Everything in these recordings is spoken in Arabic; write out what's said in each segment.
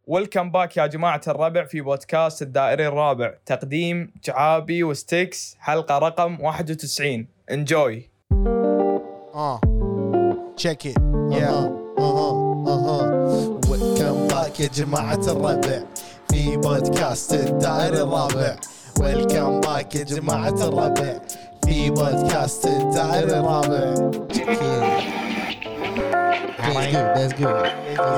ويلكم باك يا جماعة الربع في بودكاست الدائري الرابع، تقديم جعابي وستيكس، حلقة رقم 91. انجوي. check it yeah welcome back يا جماعة الربع في بودكاست الدائري الرابع. welcome back يا جماعة الربع في بودكاست الدائري الرابع. That's good.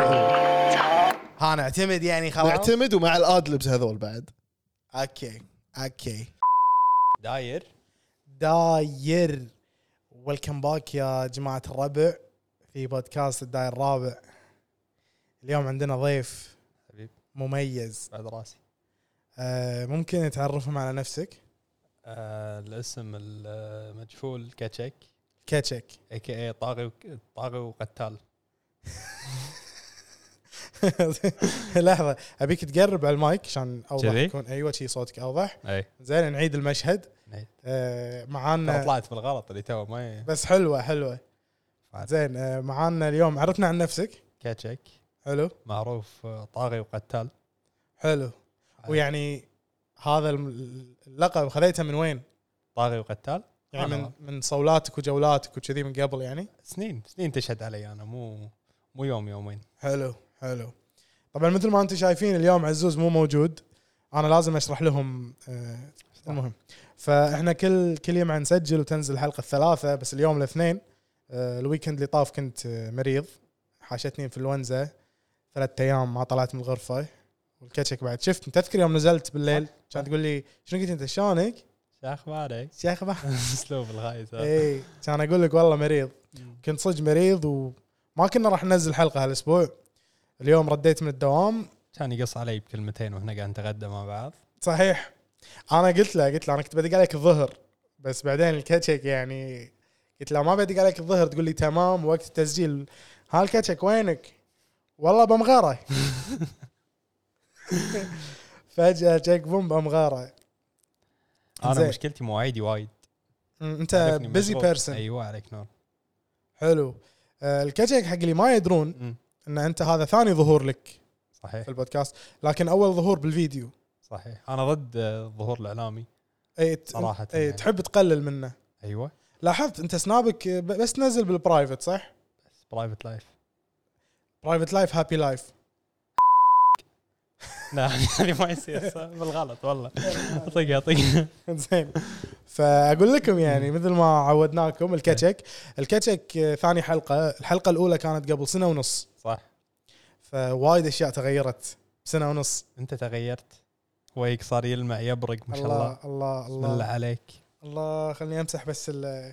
ها نعتمد يعني خلاص نعتمد ومع الادلبس هذول بعد. اوكي داير ويلكم باك يا جماعة الربع في بودكاست الداير الرابع. اليوم عندنا ضيف حبيب مميز بعد راسي. ممكن تعرفهم على نفسك؟ الاسم المجهول كاتشك كاتشك طاغي وقتال. لحظة أبيك تقرب على المايك عشان أوضح جري؟ يكون أيوة شي صوتك أوضح. اي زين نعيد المشهد. معانا طلعت بالغلط اللي تو ما بس حلوة. زين معانا اليوم عرفنا عن نفسك. كاتشك حلو معروف طاغي وقتال. حلو. ويعني هذا اللقب خذيته من وين؟ طاغي وقتال يعني من صولاتك وجولاتك وكذي من قبل يعني؟ سنين تشهد علي انا مو يومين. حلو. طبعا مثل ما انتم شايفين اليوم عزوز مو موجود، انا لازم اشرح لهم. المهم فاحنا كل يوم نسجل وتنزل الحلقه الثلاثة، بس اليوم الاثنين. الويكند اللي طاف كنت مريض، حاشتني انفلونزا 3 أيام ما طلعت من الغرفه. والكاتشك بعد شفت تذكر يوم نزلت بالليل كان تقول لي شنو قلت انت شلونك شو اخبارك اسلوب الغايز. اي كان اقول لك والله مريض. كنت صدق مريض وما كنا راح ننزل حلقه هالاسبوع. اليوم رديت من الدوام كان يقص علي بكلمتين واحنا قاعد نتغدى مع بعض. صحيح. انا قلت له انا كنت بدق عليك الظهر، بس بعدين الكاتشك يعني قلت له ما بدق عليك الظهر، تقول لي تمام وقت التسجيل. هالكاتشك وينك؟ والله بمغاره. فجأة جاك بوم بمغاره. انا مشكلتي مواعيدي وايد. انت بيزي بيرسون. ايوه عليك نور. حلو. الكاتشك حق اللي ما يدرون ان انت هذا ثاني ظهور لك صحيح في البودكاست، لكن اول ظهور بالفيديو. صحيح انا ضد الظهور الاعلامي صراحه. يعني. تحب تقلل منه. ايوه لاحظت انت سنابك بس تنزل بالبرايفت صح؟ بس برايفت لايف هابي لايف. لا يعني ما يصير بالغلط والله. اطق زين. فاقول لكم يعني مثل ما عودناكم الكاتشك ثاني حلقه. الحلقه الاولى كانت قبل 1.5 سنة صح. فوايد اشياء تغيرت 1.5 سنة. انت تغيرت، ويك صار يلمع يبرق ما شاء الله. الله بسم الله عليك. الله خليني امسح بس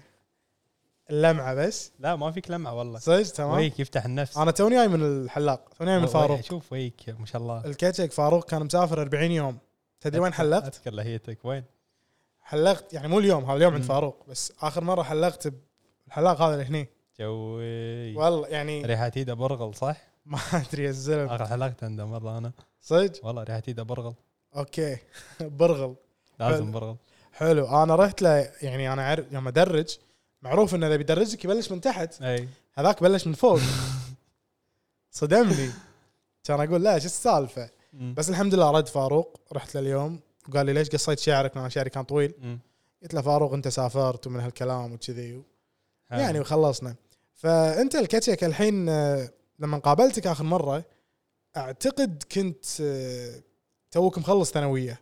اللمعه بس. لا ما فيك لمعه والله صدق تمام. ويك يفتح النفس. انا توني جاي من الحلاق، توني جاي من فاروق. شوف ويك ما شاء الله. الكاتشك فاروق كان مسافر 40 يوم. تدري وين حلقت؟ اذكر لهيتك وين حلقت يعني مو اليوم، هذا اليوم عند فاروق، بس اخر مره حلقت بالحلاق هذا اللي هني. جوي والله يعني ريحه ايده برغل صح. ما ادري الزلم. اخر حلقت عنده مره انا صدق والله ريحه ايده برغل. اوكي. برغل لازم برغل. حلو. انا رحت له يعني انا عارف لما ادرج معروف انه اذا بيدرجك يبلش من تحت، اي هذاك بلش من فوق. صدمني. كان اقول لا شو السالفه، بس الحمد لله رد فاروق. رحت له اليوم وقال لي ليش قصيت شعرك؟ انا شعري كان طويل. قلت له فاروق انت سافرت ومن هالكلام وكذي يعني وخلصنا. فانت الكاتشك الحين لما قابلتك اخر مره اعتقد كنت توك مخلص ثانويه.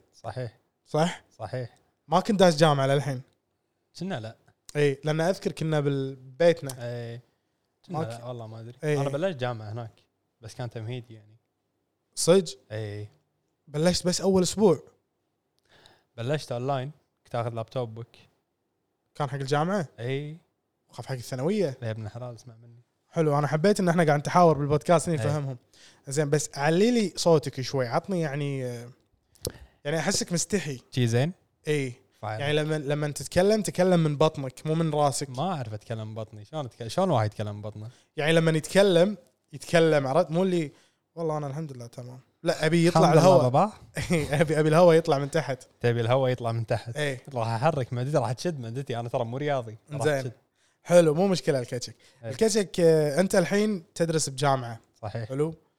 صح ما كنت داش جامعه للحين. كنا لا اي لان اذكر كنا بالبيتنا. اي لا والله ما ادري. انا بلشت جامعه هناك بس كان تمهيدي يعني. صدق اي بلشت بس اول اسبوع. بلشت اونلاين، كنت اخذ لابتوب بك. كان حق الجامعه. اي وخاف حق الثانويه. يا ابن الحلال اسمع مني. حلو. انا حبيت ان احنا قاعد نتحاور بالبودكاست نفهمهم. زين بس علي لي صوتك شوي، عطني يعني احسك مستحي شي زين. اي فعلا. يعني لما تتكلم من بطنك مو من راسك. ما اعرف اتكلم بطني. شلون واحد يتكلم بطنه؟ يعني لما يتكلم عرفت مو اللي والله انا الحمد لله تمام. لا ابي يطلع الهواء. ابي الهواء يطلع من تحت. تبي الهواء يطلع من تحت. اي راح احرك معدتي، راح تشد معدتي. انا ترى مو رياضي. زين حلو مو مشكله. الكاتشك انت الحين تدرس بجامعه صحيح. حلو.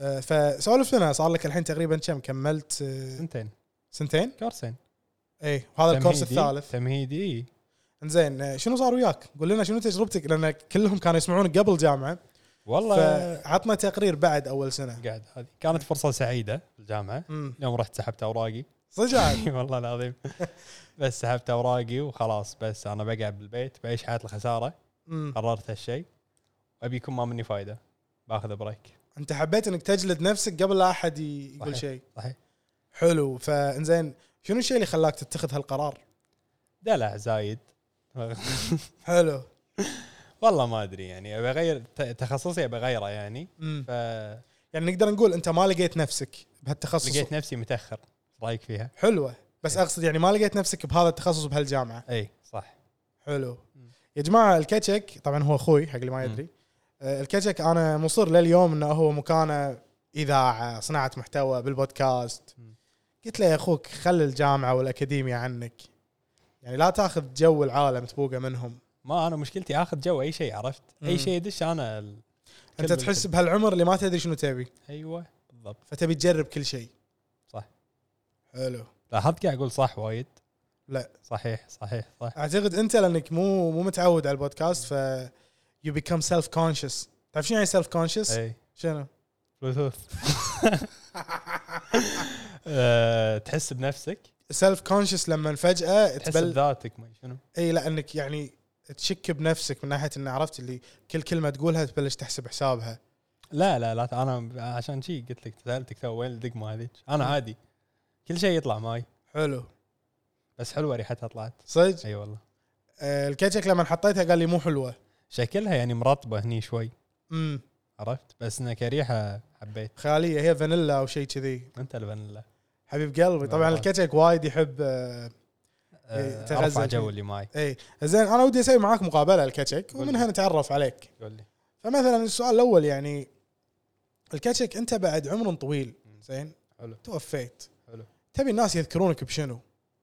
فسولف لنا صار لك الحين تقريبا كم كملت سنتين كورسين اي وهذا الكورس الثالث تمهيدي. انزين شنو صار وياك؟ قول لنا شنو تجربتك، لان كلهم كانوا يسمعونك قبل جامعه والله فعطنا تقرير بعد اول سنه. قاعد هذه كانت فرصه سعيده في الجامعه. يوم رحت سحبت اوراقي صدق والله العظيم بس سحبت اوراقي وخلاص، بس انا بقعد بالبيت بعيش حياه الخساره. قررت هالشيء وابي يكون ما مني فايده، باخذ بريك. انت حبيت انك تجلد نفسك قبل لا احد يقول شيء. صحيح حلو. فانزين شنو الشيء اللي خلاك تتخذ هالقرار؟ دلع زايد حلو. والله ما ادري يعني ابي اغير تخصصي، ابي اغيره يعني. يعني نقدر نقول انت ما لقيت نفسك بهالتخصص. لقيت نفسي متاخر. رايك فيها؟ حلوه. بس اقصد يعني ما لقيت نفسك بهذا التخصص بهالجامعه. اي صح. حلو. يا جماعه الكاتشك طبعا هو اخوي حق اللي ما يدري. الكاتشك انا مصر لليوم انه هو مكانه اذاعه، صناعه محتوى بالبودكاست. قلت له يا اخوك خلي الجامعه والاكاديميه عنك، يعني لا تاخذ جو العالم تبوقه منهم. ما انا مشكلتي اخذ جو اي شيء، عرفت؟ اي شيء يدش انا انت تحس بهالعمر اللي ما تدري شنو تبي. ايوه بالضبط. فتبي تجرب كل شيء. صح. حلو. لاحظت قاعد اقول صح وايد. لا صح. اعتقد انت لانك مو متعود على البودكاست ف you become self conscious. تعرف شنو يعني self conscious؟ اي شنو؟ بلوتوث تحس بنفسك self conscious لما فجأة تحس بذاتك ما شنو. اي لانك يعني تشك بنفسك من ناحية ان عرفت اللي كل كلمة تقولها تبلش تحسب حسابها. لا انا عشان شيء قلت لك سألتك تو وين الدقمة هذيك. انا عادي كل شيء يطلع معي. حلو. بس حلوة ريحتها طلعت صدق. اي والله. الكاتشك لما حطيتها قال لي مو حلوة، شكلها يعني مرطبة هني شوي. عرفت؟ بس انها كريحة حبيت. خيالية هي فانيلا او شيء كذي. انت الفانيلا حبيب قلبي. طبعا الكاتشك وايد يحب ارفع جو اللي معي. اي زين انا ودي اسوي معاك مقابلة الكاتشك ومنها نتعرف عليك. قول لي. فمثلا السؤال الاول يعني الكاتشك انت بعد عمر طويل زين حلو توفيت، حلو، تبي الناس يذكرونك بشنو؟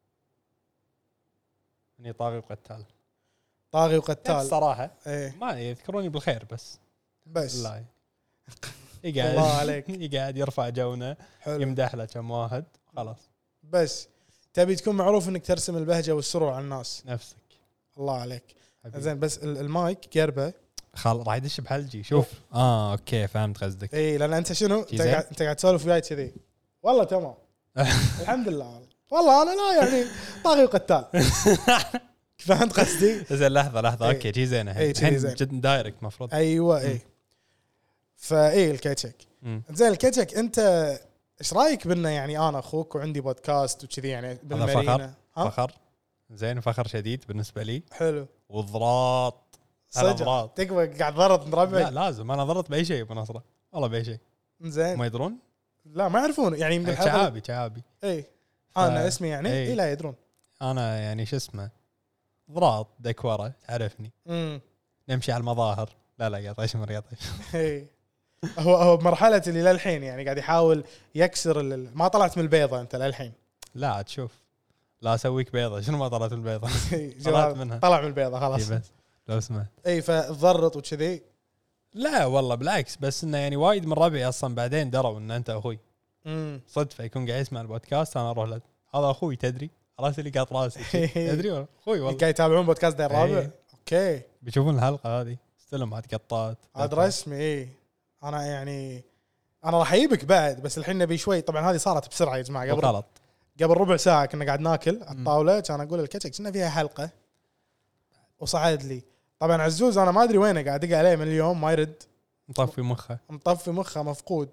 اني طاغي وقتال. طاغي وقتال الصراحه ايه. ما يذكروني بالخير بس لا يقعد الله عليك يقعد يرفع جونا. حلو. يمدح له كم واحد خلاص. بس تبي تكون معروف انك ترسم البهجه والسرور على الناس. نفسك. الله عليك. زين بس المايك قربه راح يدش بحلجي. شوف اوكي فهمت قصدك. اي لان انت شنو انت قاعد تسولف وياي كذي. والله تمام الحمد لله. والله انا لا يعني طاغي وقتال فهمت قصدي. زين لحظه اوكي جي زينه الحين جد دايركت مفروض. ايوه اي فاي الكاتشك. زين الكاتشك انت ايش رايك بنا يعني انا اخوك وعندي بودكاست وكذي يعني بالمارينا. فخر زين فخر شديد بالنسبه لي. حلو. وضراط صدق تقوى قاعد ضرط نربع. لا لازم انا ضرط باي شيء بنصره والله باي شيء. زين ما يدرون. لا ما يعرفون يعني من شعابي اي انا اسمي يعني اي لا يدرون. انا يعني شو اسمه ضراط دكوره تعرفني. نمشي على المظاهر. لا قاعد اشمر اي هو بمرحله اللي للحين يعني قاعد يحاول يكسر ما طلعت من البيضه انت للحين. لا تشوف لا اسويك بيضه. شنو ما طلعت من البيضه؟ طلعت منها. طلع من البيضه خلاص بس لو سمعت. اي فتضرط وكذي. لا والله بالعكس بس انه يعني وايد من ربعي اصلا بعدين دروا ان انت اخوي. صدفه يكون قاعد يسمع البودكاست انا اروح له هذا اخوي تدري راسي اللي قاط راسي تدري اخوي والله. قاعد يتابعون بودكاست داير الرابع. اوكي بيشوفون الحلقه هذه استلم عاد قطات عاد رسمي. اي انا يعني انا راح اجيبك بعد بس الحين نبي شوي. طبعا هذه صارت بسرعه يا جماعه قبل ربع ساعه كنا قاعد ناكل على الطاوله كان اقول الكاتشك كنا فيها حلقه وصعد لي. طبعا عزوز انا ما ادري وينه قاعد ادق عليه من اليوم ما يرد. مطفي مخه مفقود.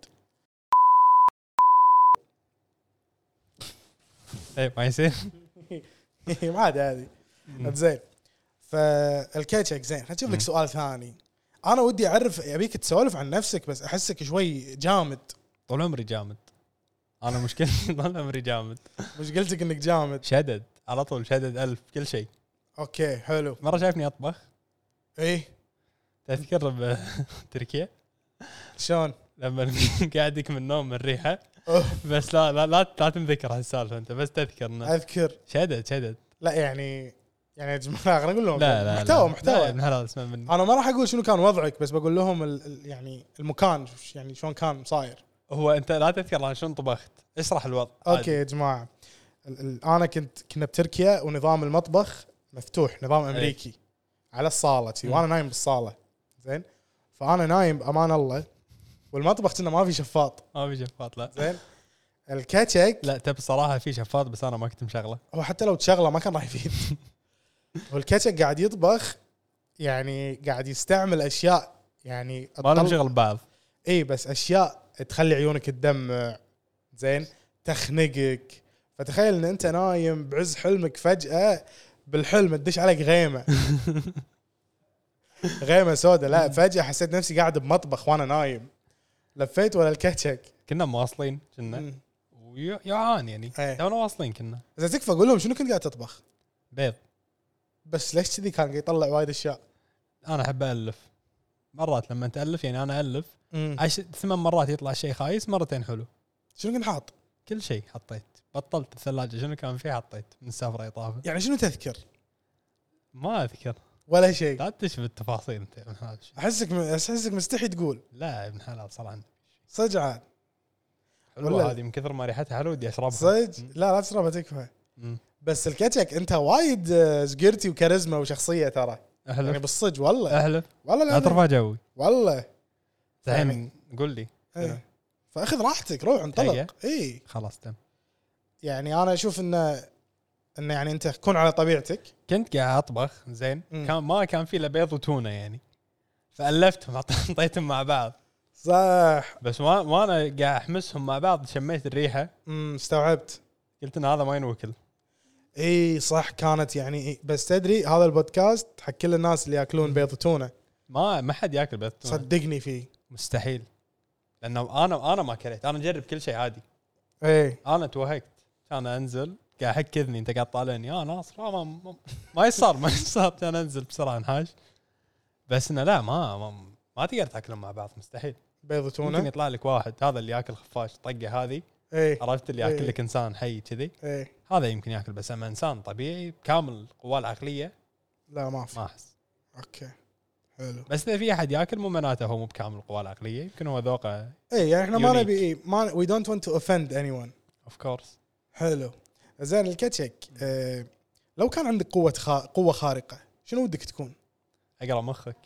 اي ما يصير ما عاد هذه زين. فالكاتشك زين هشوف لك سؤال ثاني. انا ودي اعرف ابيك تسولف عن نفسك بس احسك شوي جامد. طول عمري جامد. انا مشكلتي طول عمري جامد. مشكلتك انك جامد. شدد على طول شدد 1000 كل شيء. اوكي حلو. مره شايفني اطبخ. ايه تذكر بتركيا شلون لما قاعدك من النوم من ريحه. بس لا تنذكر هالسالفه انت بس تذكر اذكر شدد. لا يعني يا جماعه خلينا نقول لهم لا محتوى من هذا اسمه مني. انا ما راح اقول شنو كان وضعك بس بقول لهم يعني المكان يعني شلون كان صاير. هو انت لا تذكر انا شنو طبخت، اشرح الوضع. اوكي يا جماعه، انا كنا بتركيا ونظام المطبخ مفتوح، نظام امريكي على الصاله وانا نايم بالصاله. زين، فانا نايم بامان الله، والمطبخ كنا ما في شفاط. ما في شفاط لا. زين، الكاتشك لا تبي صراحه في شفاط بس انا ما كنت مشغله. هو حتى لو تشغله ما كان راح يفيد. والكاتشك قاعد يطبخ، يعني قاعد يستعمل اشياء يعني ما لهم شغل ببعض. اي بس اشياء تخلي عيونك تدمع. زين، تخنقك. فتخيل ان انت نايم بعز حلمك، فجأة بالحلم تدش عليك غيمة. غيمة سودة. لا فجأة حسيت نفسي قاعد بمطبخ وانا نايم. لفيت ولا الكاتشك. كنا مواصلين كنا ويعان يعني تونا واصلين كنا. اذا تكفى قول لهم شنو كنت قاعد تطبخ. بيض. بس ليش كذي كان يطلع وايد اشياء. انا احب الف مرات لما تالف، يعني انا الف 8 مرات يطلع شيء خايس، مرتين حلو. شنو كنت حاط؟ كل شيء حطيت، بطلت الثلاجه شنو كان فيه حطيت من السفره طافه. يعني شنو تذكر؟ ما اذكر ولا شيء. لا تشوف التفاصيل انت يا ابن حلال. احسك مستحي تقول. لا يا ابن حلال صراحه صدق عاد. والله هذه من كثر ما ريحتها حلوه ودي اشربها. صدق لا تشربها تكفى. بس الكاتشك انت وايد سكيرتي وكاريزما وشخصيه ترى. احلف يعني بالصدق والله. احلف والله لا ترفع جوي والله. الحين قول لي. ايه. فاخذ راحتك، روح انطلق. اي خلاص تم. يعني انا اشوف انه يعني انت كون على طبيعتك. كنت قاعد اطبخ زين، ما كان في الا بيض وتونه يعني، فالفتهم حطيتهم مع بعض. صح. بس ما انا قاعد احمسهم مع بعض، شميت الريحه استوعبت، قلت ان هذا ما ينوكل. اي صح كانت يعني إيه. بس تدري هذا البودكاست حق كل الناس اللي ياكلون بيض وتونه، ما حد ياكل بيض وتونه صدقني فيه مستحيل، لانه انا ما كرهت، انا اجرب كل شيء عادي. اي انا توهقت، كان انزل قاعد احك اذني، انت قاعد طالعني يا ناصر ما يصار كان انزل بسرعه انحاش. بس انه لا ما تقدر تاكلهم مع بعض، مستحيل. بيض وتونه ممكن يطلع لك واحد هذا اللي ياكل خفاش طقه هذه، عرفت اللي ياكل لك انسان حي كذي، هذا يمكن ياكل. بس اما انسان طبيعي كامل القوى العقليه لا ما احس. اوكي حلو. بس اذا في احد ياكل مو معناته هو مو بكامل القوى العقليه، يمكن هو ذوقه. يعني احنا ما نبي we don't want to offend anyone. of course. حلو. زين الكاتشك، لو كان عندك قوه خارقه شنو ودك تكون؟ اقرا مخك.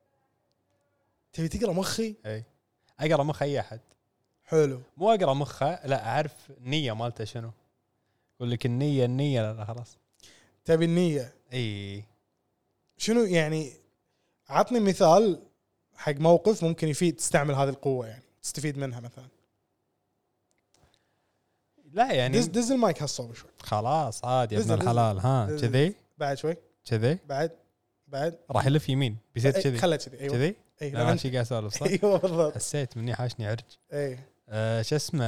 تبي تقرا مخي؟ اي اقرا مخ اي احد. حلو. مو اقرا مخه، لا اعرف النيه مالته شنو. يقول لك النيه لا خلاص. تبي النيه؟ اي شنو يعني؟ عطني مثال حق موقف ممكن يفيد تستعمل هذه القوه، يعني تستفيد منها مثلا. لا يعني دز المايك هالصوب شوي. خلاص عادي يا ابن الحلال. ها كذي بعد شوي كذي بعد راح يلف يمين بيصير كذي. خله كذي. ايوه كذي. اي انا شي قاعد اسولف صح. ايوه بالضبط. حسيت مني حاشني عرج. اي شو اسمه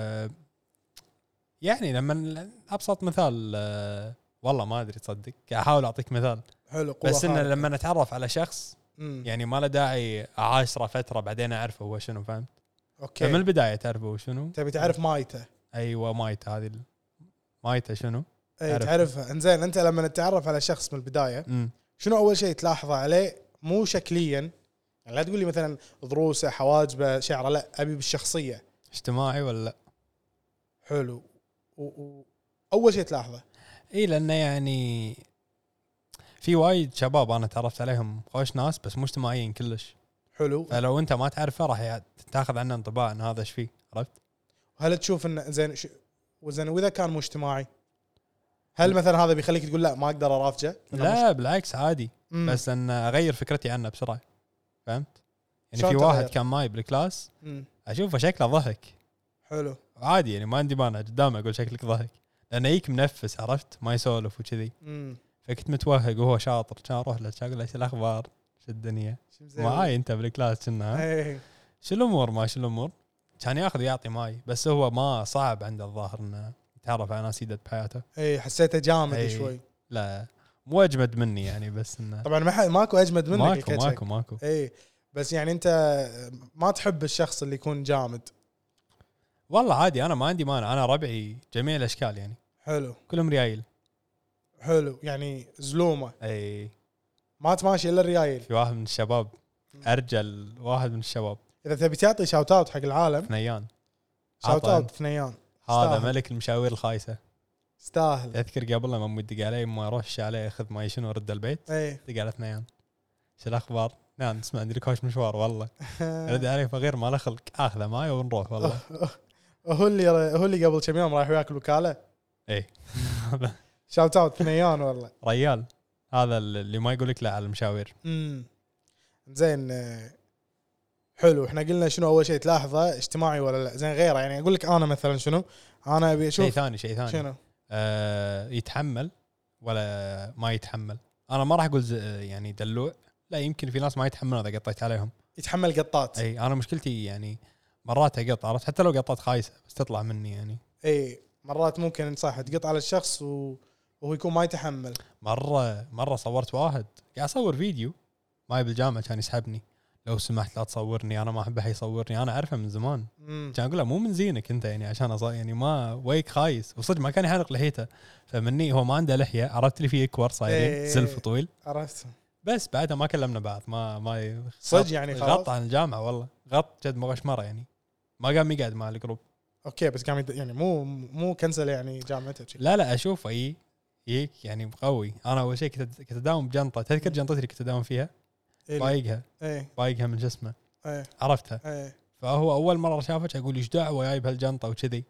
يعني لما ابسط مثال والله ما ادري تصدق، احاول اعطيك مثال. حلو. بس انه لما نتعرف على شخص يعني ما له داعي اعاشره فتره بعدين اعرفه هو شنو، فهمت؟ اوكي. من البدايه تعرفه هو شنو. تبي تعرف مايته. ايوه مايته، هذه مايته شنو. اي تعرفها. انزين انت لما تتعرف على شخص من البدايه شنو اول شيء تلاحظه عليه؟ مو شكليا يعني، لا تقول لي مثلا ضروسه حواجبه شعره، لا ابي بالشخصيه. اجتماعي ولا لا؟ حلو. اول شيء تلاحظه اي لانه يعني في وايد شباب انا تعرفت عليهم خوش ناس بس مو اجتماعيين كلش. حلو. فلو انت ما تعرفه راح تاخذ عنه انطباع ان هذا ايش فيه، عرفت؟ هل تشوف انه زين وزين واذا كان مو اجتماعي هل مثلا هذا بيخليك تقول لا ما اقدر ارافقه؟ لا بالعكس عادي. بس ان اغير فكرتي عنه بسرعه، فهمت؟ يعني في تغير؟ واحد كان معي بالكلاس اشوفه شكله ضحك حلو عادي، يعني ما عندي مانع قدامه اقول شكلك ضحك لانه يك منفس، عرفت؟ ما يسولف وكذي. فكنت متوهق وهو شاطر، كان اروح له اقول له ايش الاخبار، شو الدنيا معاي انت بالكلاس كنا شو الامور ما شو الامور، كان ياخذ يعطي معي. بس هو ما صعب عنده الظاهر انه يتعرف على ناس يدد بحياته. اي حسيته جامد شوي. لا مو اجمد مني يعني، بس انه طبعا ماكو اجمد منك. ماكو اي بس يعني انت ما تحب الشخص اللي يكون جامد؟ والله عادي، انا ما عندي مانع، انا ربعي جميع الاشكال يعني. حلو. كلهم ريايل. حلو يعني زلومه. اي ما تماشي الا الريايل. في واحد من الشباب ارجل واحد من الشباب اذا تبي تعطي شاوت اوت حق العالم ثنيان شاوت عطن. اوت ثنيان هذا استاهل. ملك المشاوير الخايسه. استاهل. تذكر قبل لما دق عليه ما اروح عليه اخذ ماي شنو ورد البيت اي دق على اثنين شو الاخبار؟ نعم اسمع عندي لك مشوار والله رد عليه فغير ما له خلق اخذه معي ونروح والله. هو اللي قبل كم يوم رايح وياك الوكاله. اي شاوت اوت ثنيان والله. ريال هذا اللي ما يقول لك لا على المشاوير. زين حلو. احنا قلنا شنو اول شيء تلاحظه اجتماعي ولا لا. زين غيره يعني اقول لك انا مثلا شنو انا ابي اشوف شيء ثاني شنو يتحمل ولا ما يتحمل. انا ما راح اقول يعني دلوع، لا يمكن في ناس ما يتحملون اذا قطيت عليهم. يتحمل قطات. اي انا مشكلتي يعني مرات اقط، عرفت، حتى لو قطات خايسه بس تطلع مني يعني. اي مرات ممكن صح تقط على الشخص وهو يكون ما يتحمل. مره صورت واحد قاعد اصور فيديو معي بالجامعه كان يسحبني، لو سمحت لا تصورني انا ما احب احد يصورني، انا اعرفه من زمان. كان اقول له مو من زينك انت يعني عشان يعني ما ويك خايس، وصدق ما كان يحرق لحيته فمني هو ما عنده لحيه، عرفت لي فيه اكور صايرين زلف طويل عرفت. بس بعدها ما كلمنا بعض ما صدق يعني خلاص غط عن الجامعه والله غط جد مغشمره يعني ما قام يقعد مع الجروب. اوكي بس قام يعني مو كنسل يعني جامعته شيء. لا اشوفه يك يعني قوي. انا اول شيء كنت اداوم بجنطه، تذكر جنطتي اللي كنت اداوم فيها بايقها بايقها من جسمه عرفتها. فهو اول مره شافه يقول ايش دعوه جايب هالجنطه وكذي.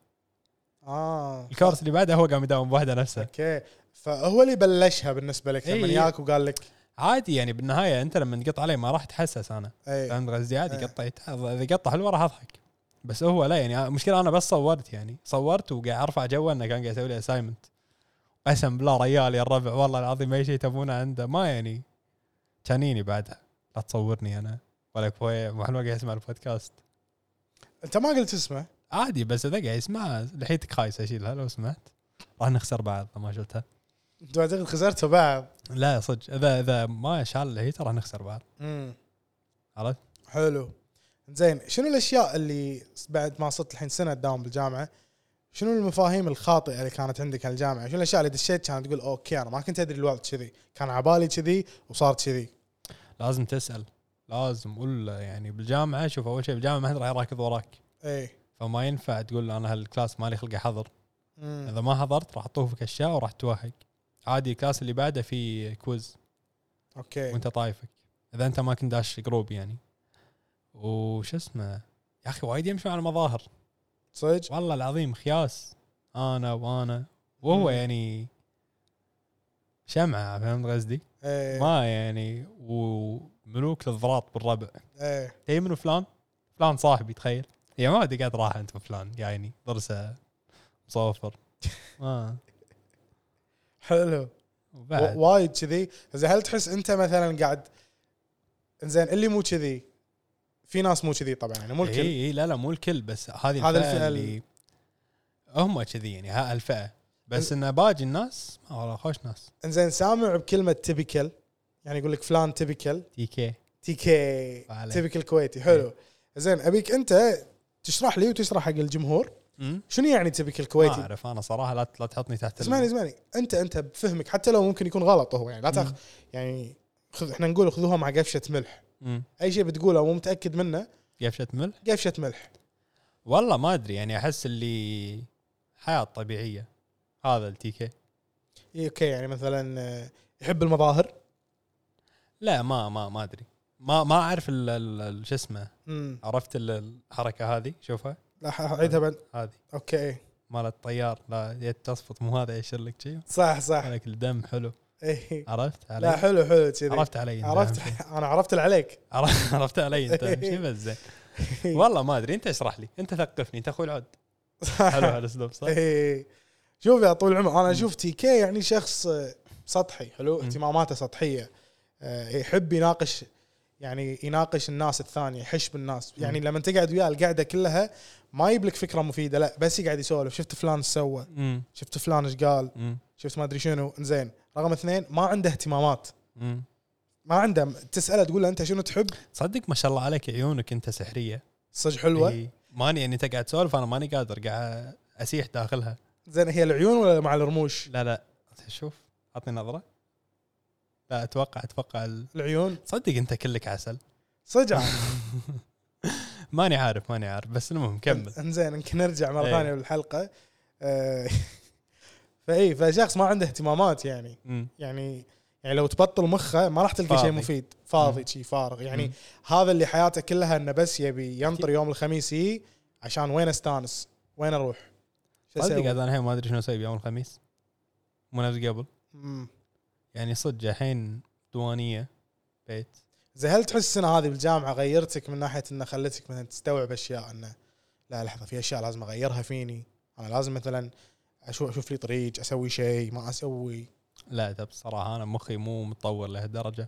الكورس اللي بعده هو قام يداوم بواحده نفسه. اوكي فهو اللي بلشها بالنسبه لك لما ياك وقال لك عادي يعني بالنهايه انت لما تقط عليه ما راح تحسس. انا فهمت قصدي؟ عادي قطيت اذا قطه حلوه راح اضحك، بس هو لا يعني مشكله. انا بس صورت وقاعد ارفع جو انه كان قاعد يسوي لي اسايمنت. قسم بالله ريال يا الربع والله العظيم اي شيء تبونه عنده ما يعني كانيني بعدها لا تصورني انا ولا كوي ما حلو قاعد يسمع البودكاست. انت ما قلت اسمه عادي بس اذا قاعد يسمع لحيتك خايسه اشيلها لو سمعت راح نخسر بعض ما شفتها. انتوا اعتقد خسرتوا بعض؟ لا صدق اذا ما شال لحيته راح نخسر بعض. عرفت؟ حلو. زين شنو الاشياء اللي بعد ما صرت الحين سنه تداوم بالجامعه شنو المفاهيم الخاطئه اللي كانت عندك عن الجامعه؟ شنو الاشياء اللي دشيت كانت تقول اوكي انا ما كنت ادري الوضع كذي، كان عبالي كذي وصارت كذي؟ لازم تسال، لازم قول يعني بالجامعه. شوف اول شيء بالجامعه ما حد راح يراكض وراك فما ينفع تقول انا هالكلاس مالي خلق احضر. اذا ما حضرت راح اطوفك اشياء وراح توهق. عادي الكلاس اللي بعده في كويز اوكي وانت طايفك اذا انت ما كنت داش جروب يعني. وش اسمه يا اخي وايد يمشوا على المظاهر صدق والله العظيم خياس انا وهو يعني شمعه فهمت قصدي؟ ما يعني وملوك للضراط بالربع. تي منو فلان صاحبي تخيل يا ما ادري قاعد راح انت فلان يعني ضرسه مصوفر حلو وايد كذي. زين هل تحس انت مثلا قاعد انزين اللي مو كذي في ناس مو كذي طبعا يعني مو الكل لا مو الكل بس هذه الفئه اللي هم كذي يعني هالفئه بس انه باقي الناس ما والله خوش ناس. انزين سامع بكلمه تيبيكال يعني يقول لك فلان تيبيكال تي كي تيبيكال كويتي حلو. زين ابيك انت تشرح لي وتشرح حق الجمهور شنو يعني تيبيكال كويتي. ما اعرف انا صراحه لا تحطني تحت اسمعني انت بفهمك حتى لو ممكن يكون غلط هو يعني لا تاخذ يعني احنا نقول خذوها مع قفشه ملح. اي شيء بتقوله مو متاكد منه قفشه ملح والله ما ادري يعني احس اللي حياه طبيعيه هذا التي كي. اوكي يعني مثلا يحب المظاهر. لا ما ادري ما اعرف شو اسمه. عرفت الحركه هذه شوفها لا عيدها بعد هذه اوكي مال الطيار لا يد تصفط مو هذا يشر لك شيء صح لك الدم حلو. عرفت علي؟ لا حلو كذي عرفت علي انا عرفت عليك عرفت علي انت شيء بس زين والله ما ادري انت اشرح لي انت ثقفني انت اخوي العود. حلو هالاسلوب صح. شوف يا طول العمر انا اشوف تي كي يعني شخص سطحي حلو اهتماماته سطحيه يحب يناقش الناس الثانيه يحش بالناس يعني لما تقعد وياه القعده كلها ما يجيب فكره مفيده لا بس يقعد يسولف شفت فلان ايش سوى شفت فلان ايش قال شفت ما ادري شنو. زين رقم 2 ما عنده اهتمامات ما عنده تساله تقول له انت شنو تحب. صدق ما شاء الله عليك عيونك انت سحريه صدق حلوه. ماني يعني انت قاعد تسولف انا ماني قادر قاعد اسيح داخلها. زين هي العيون ولا مع الرموش؟ لا شوف اعطني نظره. لا اتوقع العيون. صدق انت كلك عسل صدق ماني عارف بس المهم كمل. انزين يمكن نرجع مره إيه. ثانيه بالحلقه. فاي فشخص ما عنده اهتمامات يعني مم. يعني لو تبطل مخه ما راح تلقى شيء فاضي. مفيد، فاضي شيء فارغ يعني. هذا اللي حياته كلها انه بس يبي ينطر يوم الخميس عشان وين استانس، وين اروح، شو صدق اسوي. انا الحين ما ادري شنو اسوي بيوم الخميس، مو نفس قبل مم. يعني. صدق الحين دوانيه بيت. زي هل تحس السنه هذه بالجامعه غيرتك من ناحيه انه خلتك مثلا تستوعب اشياء، انه لا لحظه في اشياء لازم اغيرها فيني، انا لازم مثلا اشوف لي طريق، اسوي شيء ما اسوي. لا ده بصراحه انا مخي مو متطور لهالدرجه.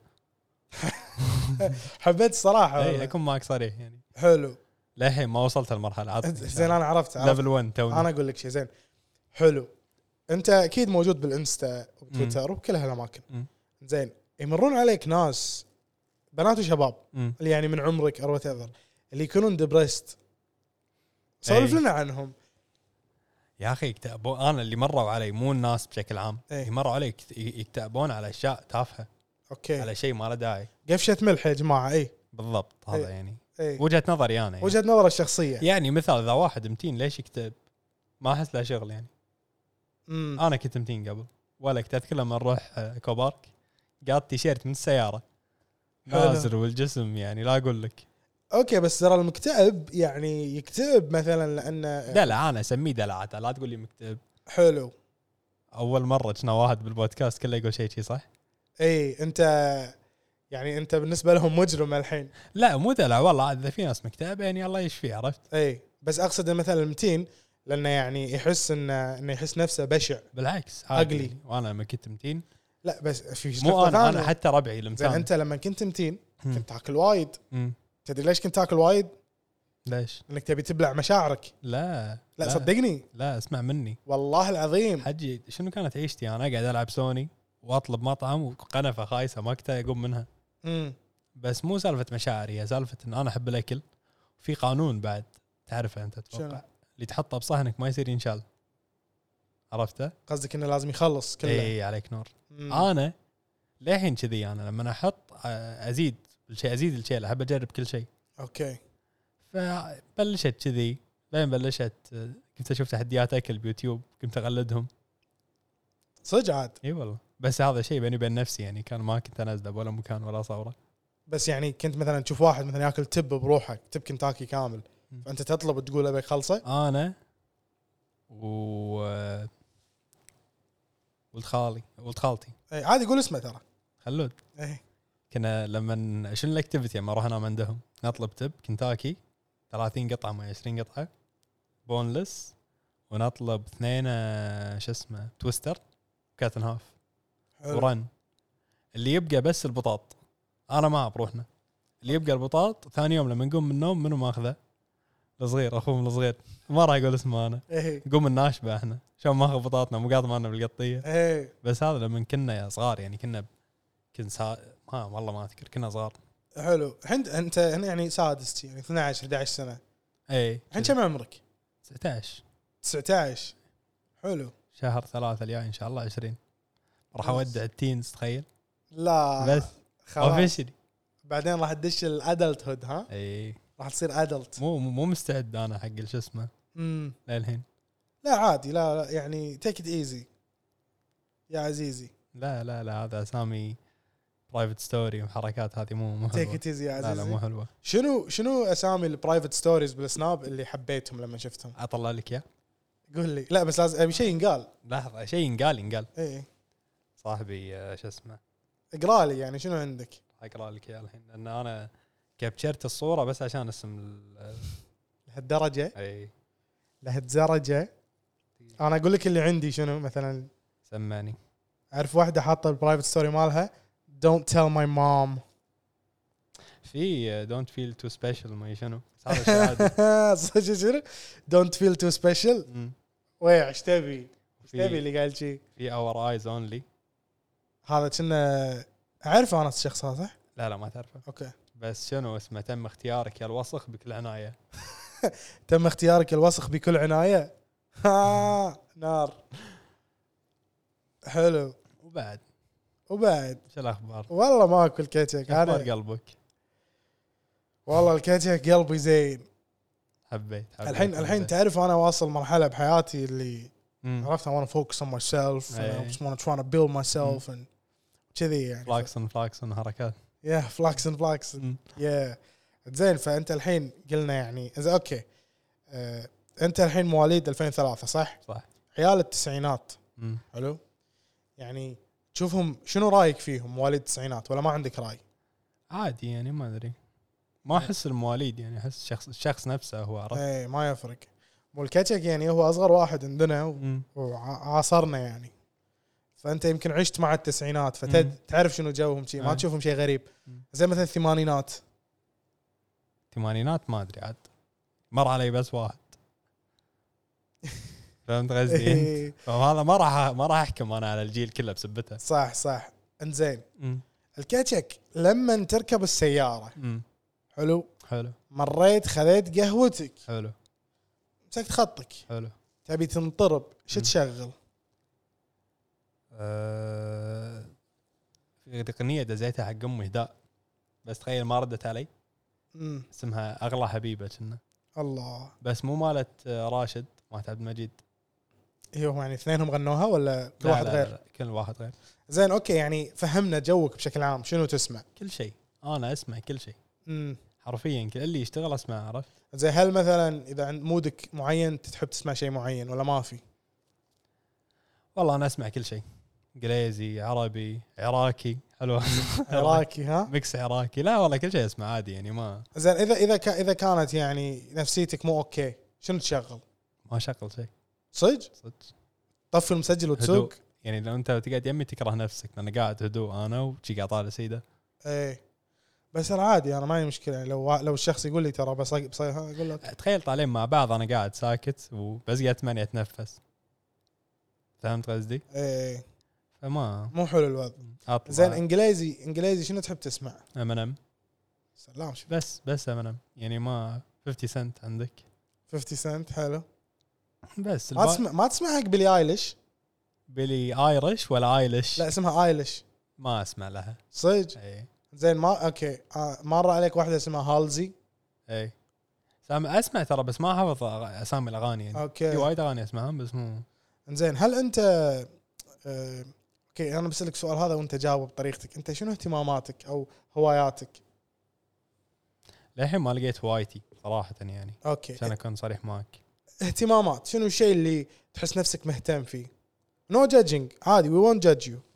حبيت الصراحه اي والله. اكون معك صريح يعني، حلو. للحين ما وصلت المرحله عاد. زين انا عرفت ليفل 1 توني. انا اقول لك شيء زين حلو. انت اكيد موجود بالانستا وبتويتر وبكل هالاماكن. مم. زين يمرون عليك ناس بنات وشباب مم. اللي يعني من عمرك او whatever اللي يكونون ديبرست، سولف أي. لنا عنهم. يا اخي يكتئبون. انا اللي مروا علي مو الناس بشكل عام، إيه. اللي مروا علي يكتئبون على اشياء تافهه، اوكي على شيء ما له داعي. قفشه ملح يا جماعه. اي بالضبط هذا إيه. يعني اي وجهه نظري انا يعني. وجهه نظره الشخصيه. يعني مثال اذا واحد متين ليش يكتئب؟ ما احس له شغل يعني. امم انا كنت متين قبل ولا كنت اذكر لما نروح كوبارك قاط تيشيرت من السياره نازل والجسم يعني لا اقول لك. اوكي بس ترى المكتئب يعني يكتئب مثلا لانه دلع، انا اسميه دلعات، لا تقول لي مكتئب. حلو. اول مره كنا واحد بالبودكاست كله يقول شيء صح. اي انت يعني انت بالنسبه لهم مجرم الحين. لا مو دلع والله، عاد اذا في ناس مكتئبه يعني الله يشفيه، عرفت. اي بس اقصد مثلا المتين لانه يعني يحس انه يحس نفسه بشع. بالعكس عادي أقلي. يعني. وانا لما كنت متين لا بس في مو انا ثانية. حتى ربعي زين المسان. انت لما كنت متين مم. كنت تاكل وايد. مم. تدري ليش كنت تاكل وايد؟ ليش؟ انك تبي تبلع مشاعرك. لا لا صدقني لا اسمع مني والله العظيم. حجي. شنو كانت عيشتي؟ انا قاعد العب سوني واطلب مطعم وقنفه خايسه ما كنت اقوم منها. بس مو سالفه مشاعري، هي سالفه ان انا احب الاكل. في قانون بعد تعرفه انت اتوقع، شنو؟ اللي تحطه بصحنك ما يصير ينشال، عرفته؟ قصدك انه لازم يخلص كله. اي عليك نور. انا للحين كذي، انا لما احط ازيد الشيء ازيد الشيء، احب اجرب كل شيء. اوكي فبلشت كذي، بعدين بلشت كنت اشوف تحديات اكل بيوتيوب كنت اقلدهم. صدق عاد. اي والله، بس هذا شيء بيني وبين نفسي يعني، كان ما كنت انزله ولا مكان ولا صوره. بس يعني كنت مثلا تشوف واحد مثلا ياكل تب بروحك، تب كنتاكي كامل، فانت تطلب وتقول ابي خلصه. انا ولد خالتي اي عادي قول اسمه ترى. خلود. اي كنا لما شنو الاكتيفيتي لما اروح انام عندهم نطلب تب كنتاكي 30 قطعه ما 20 قطعه بونلس، ونطلب 2 شو اسمه تويستر كاتن هاف ورن. اللي يبقى بس البطاط، انا ما بروحنا اللي يبقى البطاط. ثاني يوم لما نقوم من النوم منو ماخذه؟ الصغير، اخوهم الصغير، ما راح اقول اسمه انا. اي نقوم الناشبه احنا شلون ماخذ بطاطنا مو قاطع معنا بالقطيه. اي بس هذا لما كنا يا صغار يعني، كنا ما والله ما اذكر، كنا صغار. حلو. انت هنا يعني سادس يعني 12 11 سنه. اي الحين كم عمرك؟ 19 19. حلو. شهر 3 الجاي ان شاء الله 20 راح اودع التينز، تخيل. لا بس خلاص اوفيشلي بعدين راح تدش الادلت هود. ها اي راح تصير ادلت. مو مستعد انا حق شو اسمه للحين. لا عادي، لا يعني تيك ات ايزي يا عزيزي. لا هذا اسامي برايفت ستوري وحركات هذه مو تيك حلوه. ات ايزي يا عزيزي. لا مو حلوه. شنو اسامي البرايفت ستوريز بالسناب اللي حبيتهم لما شفتهم؟ اطلع لك اياه. قول لي. لا بس لازم ابي شيء ينقال. لحظه، شيء ينقال. اي صاحبي شو اسمه اقرا لي يعني شنو عندك. اقرا لك اياه الحين لان انا كابتشرت الصوره بس عشان اسم لهالدرجه اي لهالدرجه. انا اقول لك اللي عندي شنو مثلا. سمعني. اعرف واحده حاطه البرايفت ستوري مالها don't tell my mom. في don't feel too special ما شنو هذا شيء عادي. صدق شنو don't feel too special. ويع ايش تبي اللي قال شيء في our eyes only. هذا كنا اعرفه انا الشخص هذا صح. لا ما تعرفه. اوكي بس شنو اسمه تم اختيارك يا الوسخ بكل عنايه. تم اختيارك الوسخ بكل عنايه. نار. حلو. وبعد شو الاخبار؟ والله ما اكل كيتشك اخبار انا. قلبك؟ والله الكيتشك قلبي زين حبيت الحين تعرف انا واصل مرحله بحياتي اللي مم. عرفت I want to focus on myself and I أي. just want to try to build myself and كذي يعني فلاكسون حركات. فلاكسن زين. فانت الحين قلنا يعني اذا اوكي انت الحين مواليد 2003 صح؟ عيال التسعينات حلو يعني تشوفهم شنو رايك فيهم مواليد التسعينات ولا ما عندك راي؟ عادي يعني ما ادري ما احس المواليد يعني احس الشخص نفسه هو عرفت. اي ما يفرق. والكاتشك يعني هو اصغر واحد عندنا وعاصرنا يعني فانت يمكن عشت مع التسعينات فتعرف شنو جوهم شيء ما تشوفهم شيء غريب زي مثلا الثمانينات ما ادري عاد مر علي بس واحد فهمت قصدي انت؟ فهذا ما راح احكم انا على الجيل كله بسبته. صح انزين الكاتشك لما تركب السياره حلو مريت خذيت قهوتك حلو مسكت خطك حلو تبي تنطرب شو تشغل؟ في تقنية دزيتها حق امي هداء بس تخيل ما ردت علي. اسمها اغلى حبيبه كنا الله بس مو مالت راشد مالت عبد المجيد. ايوه يعني اثنينهم غنوها ولا كل واحد غير؟ لا كل واحد غير. زين اوكي يعني فهمنا جوك بشكل عام شنو تسمع؟ كل شيء انا اسمع كل شيء حرفيا كل اللي يشتغل اسمع عرفت. زين هل مثلا اذا عند مودك معين تحب تسمع شيء معين ولا ما في؟ والله انا اسمع كل شيء انجليزي عربي عراقي حلو عراقي ها ميكس عراقي لا والله كل شيء اسمع عادي يعني ما. زين اذا كانت يعني نفسيتك مو اوكي شنو تشغل؟ ما شغل شيء صدق طفي المسجل وتسوق يعني لو انت تقعد يمي تكره نفسك لأن قاعد هدوء انا وشي قاعد طالع سيده. ايه بس انا عادي انا ما عندي مشكله يعني لو الشخص يقول لي ترى بس اقول له تخيل طالعين مع بعض انا قاعد ساكت وبس قاعد اسمعني اتنفس فهمت قصدي؟ ايه فما مو حلو الوضع. زين انجليزي شنو تحب تسمع؟ امنم سلام بس امنم يعني ما 50 سنت عندك 50 سنت حلو بس ما تسمع حق بيلي ايليش؟ بيلي ايرش ولا ايليش؟ لا اسمها ايليش ما اسمع لها صدق. اي زين ما اوكي مر عليك واحده اسمها هالزي؟ اي اسمع ترى بس ما حافظ اسامي الاغاني يعني. اوكي في وايد اغاني اسمعها بس مو. زين هل انت اوكي انا بسألك سؤال هذا وانت جاوب بطريقتك انت شنو اهتماماتك او هواياتك؟ للحين ما لقيت هوايتي صراحه يعني اوكي عشان اكون صريح معك. اهتمامات شنو الشيء اللي تحس نفسك مهتم فيه؟ نو جادجينج عادي وي وونت جادج يو.